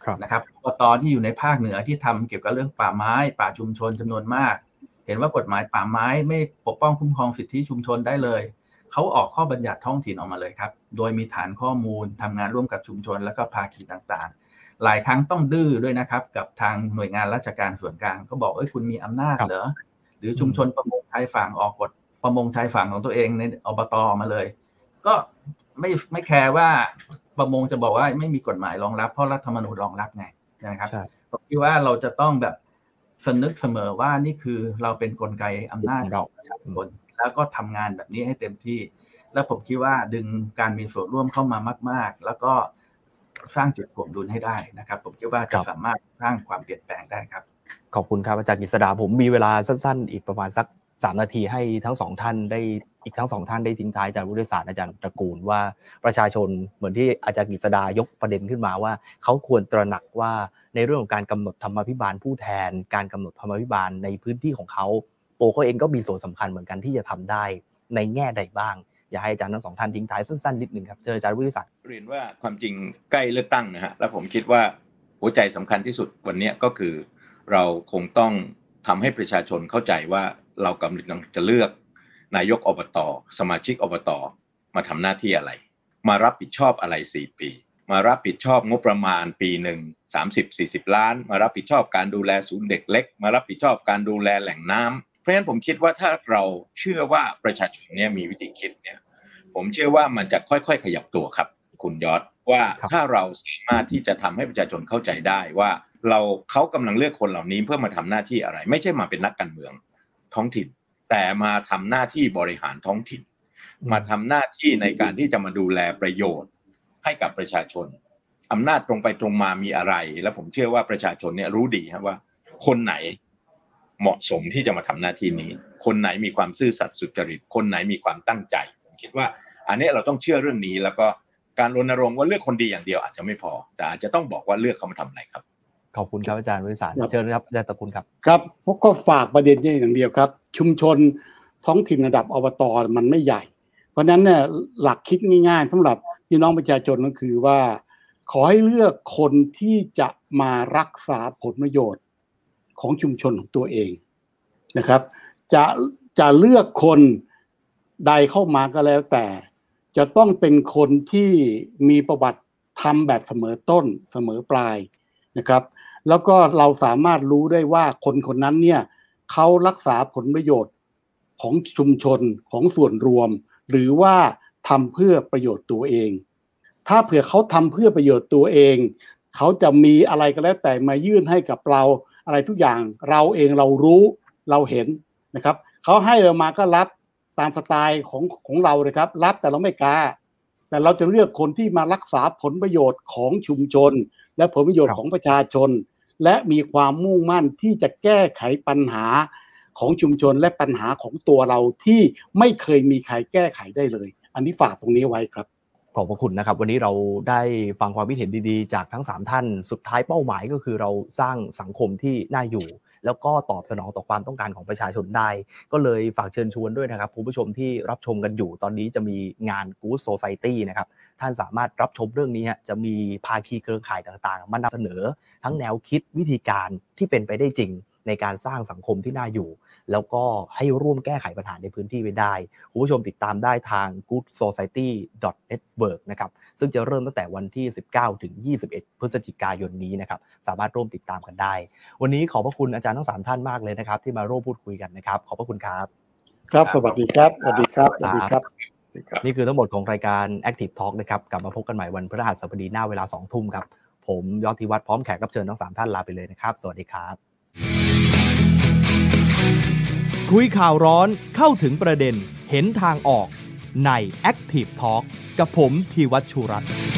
นะครับอบต.ที่อยู่ในภาคเหนือที่ทำเกี่ยวกับเรื่องป่าไม้ป่าชุมชนจำนวนมากเห็นว่ากฎหมายป่าไม้ไม่ปกป้องคุ้มครองสิทธิชุมชนได้เลยเขาออกข้อบัญญัติท้องถิ่นออกมาเลยครับโดยมีฐานข้อมูลทำงานร่วมกับชุมชนแล้วก็ภาคีต่างๆหลายครั้งต้องดื้อด้วยนะครับกับทางหน่วยงานราชการส่วนกลางก็บอกเอ้ยคุณมีอำนาจเหรอหรือชุมชนประมงชายฝั่งออกกฎประมงชายฝั่งของตัวเองในอบต.มาเลยก็ไม่ไม่แคร์ว่าประมงจะบอกว่าไม่มีกฎหมายรองรับเพราะรัฐธรรมนูญรองรับไงนะครับผมคิดว่าเราจะต้องแบบสนึกเสมอว่านี่คือเราเป็นกลไกอำนาจของประชาชนแล้วก็ทำงานแบบนี้ให้เต็มที่แล้วผมคิดว่าดึงการมีส่วนร่วมเข้ามามากๆแล้วก็สร้างจุดถ่วงดุลให้ได้นะครับผมคิดว่าจะสามารถสร้างความเปลี่ยนแปลงได้ครับขอบคุณครับอาจารย์กฤษดาผมมีเวลาสั้นๆอีกประมาณสักสามนาทีให้ทั้งสองท่านได้อีกทั้งสองท่านได้ทิ้งท้ายอาจารย์วุฒิศาสตร์อาจารย์ตระกูลว่าประชาชนเหมือนที่อาจารย์กฤษดายกประเด็นขึ้นมาว่าเขาควรตระหนักว่าในเรื่องของการกำหนดธรรมาภิบาลผู้แทนการกำหนดธรรมาภิบาลในพื้นที่ของเขาโปเขาเองก็มีส่วนสำคัญเหมือนกันที่จะทำได้ในแง่ใดบ้างอยากให้อาจารย์ทั้งสองท่านทิ้งท้ายสั้นๆนิดนึงครับเจออาจารย์วุฒิศาสตร์เรียนว่าความจริงใกล้เลือกตั้งนะฮะแล้วผมคิดว่าหัวใจสำคัญที่สุดวันนี้ก็คือเราคงต้องทำให้ประชาชนเข้าใจว่าเรากำลังจะเลือกนายกอบต.สมาชิกอบต.มาทำหน้าที่อะไรมารับผิดชอบอะไรสี่ปีมารับผิดชอบงบประมาณปีหนึ่ง สามสิบถึงสี่สิบ ล้านมารับผิดชอบการดูแลศูนย์เด็กเล็กมารับผิดชอบการดูแลแหล่งน้ำเพราะฉะนั้นผมคิดว่าถ้าเราเชื่อว่าประชาชนเนี่ยมีวิธีคิดเนี่ยผมเชื่อว่ามันจะค่อยๆขยับตัวครับคุณยอดว่าถ้าเราสามารถที่จะทำให้ประชาชนเข้าใจได้ว่าเราเขากำลังเลือกคนเหล่านี้เพื่อมาทำหน้าที่อะไรไม่ใช่มาเป็นนักการเมืองท้องถิ่นแต่มาทำหน้าที่บริหารท้องถิ่นมาทำหน้าที่ในการที่จะมาดูแลประโยชน์ให้กับประชาชนอำนาจตรงไปตรงมามีอะไรและผมเชื่อว่าประชาชนเนี่ยรู้ดีครับว่าคนไหนเหมาะสมที่จะมาทำหน้าที่นี้คนไหนมีความซื่อสัตย์สุจริตคนไหนมีความตั้งใจผมคิดว่าอันนี้เราต้องเชื่อเรื่องนี้แล้วก็การรณรงค์ว่าเลือกคนดีอย่างเดียวอาจจะไม่พอแต่อาจจะต้องบอกว่าเลือกเขามาทำอะไรครับขอบคุณครับอาจารย์วุฒิศาสตร์เชิญครับอาจารย์ตระกูลครับครับพวกก็ฝากประเด็นนี้อย่างเดียวครับชุมชนท้องถิ่นระดับอบต.มันไม่ใหญ่เพราะนั้นเนี่ยหลักคิดง่ายๆสำหรับพี่น้องประชาชนก็คือว่าขอให้เลือกคนที่จะมารักษาผลประโยชน์ของชุมชนของตัวเองนะครับจะจะเลือกคนใดเข้ามาก็แล้วแต่จะต้องเป็นคนที่มีประวัติทำแบบเสมอต้นเสมอปลายนะครับแล้วก็เราสามารถรู้ได้ว่าคนคนนั้นเนี่ยเขารักษาผลประโยชน์ของชุมชนของส่วนรวมหรือว่าทำเพื่อประโยชน์ตัวเองถ้าเผื่อเขาทำเพื่อประโยชน์ตัวเองเขาจะมีอะไรก็แล้วแต่มายื่นให้กับเราอะไรทุกอย่างเราเองเรารู้เราเห็นนะครับเขาให้เรามาก็รับตามสไตล์ของของเราเลยครับรับแต่เราไม่กล้าแต่เราจะเลือกคนที่มารักษาผลประโยชน์ของชุมชนและผลประโยชน์ของประชาชนและมีความมุ่งมั่นที่จะแก้ไขปัญหาของชุมชนและปัญหาของตัวเราที่ไม่เคยมีใครแก้ไขได้เลยอันนี้ฝากตรงนี้ไว้ครับขอบพระคุณนะครับวันนี้เราได้ฟังความคิดเห็นดีๆจากทั้งสามท่านสุดท้ายเป้าหมายก็คือเราสร้างสังคมที่น่าอยู่แล้วก็ตอบสนองต่อความต้องการของประชาชนได้ก็เลยฝากเชิญชวนด้วยนะครับคุณผู้ชมที่รับชมกันอยู่ตอนนี้จะมีงาน Good Society นะครับท่านสามารถรับชมเรื่องนี้จะมีภาคีเครือข่ายต่างๆมานำเสนอทั้งแนวคิดวิธีการที่เป็นไปได้จริงในการสร้างสังคมที่น่าอยู่แล้วก็ให้ร่วมแก้ไขปัญหาในพื้นที่ไปได้คุณผู้ชมติดตามได้ทาง กู๊ด โซไซตี้ ดอท เน็ตเวิร์ก นะครับซึ่งจะเริ่มตั้งแต่วันที่สิบเก้าถึงยี่สิบเอ็ดพฤศจิกายนนี้นะครับสามารถร่วมติดตามกันได้วันนี้ขอบพระคุณอาจารย์ทั้งสามท่านมากเลยนะครับที่มาร่วมพูดคุยกันนะครับขอบพระคุณครับครับสวัสดีครับสวัสดีครับสวัสดีครับนี่คือทั้งหมดของรายการ Active Talk นะครับกลับมาพบกันใหม่วันพฤหัสบดีหน้าเวลา สองทุ่มครับผมยอดธีวัฒน์พร้อมแขกรับเชิญทั้งสามท่านลาไปเลยนะครับสวัสดีครับคุยข่าวร้อนเข้าถึงประเด็นเห็นทางออกใน Active Talk กับผมธีวัฒน์ชูรัตน์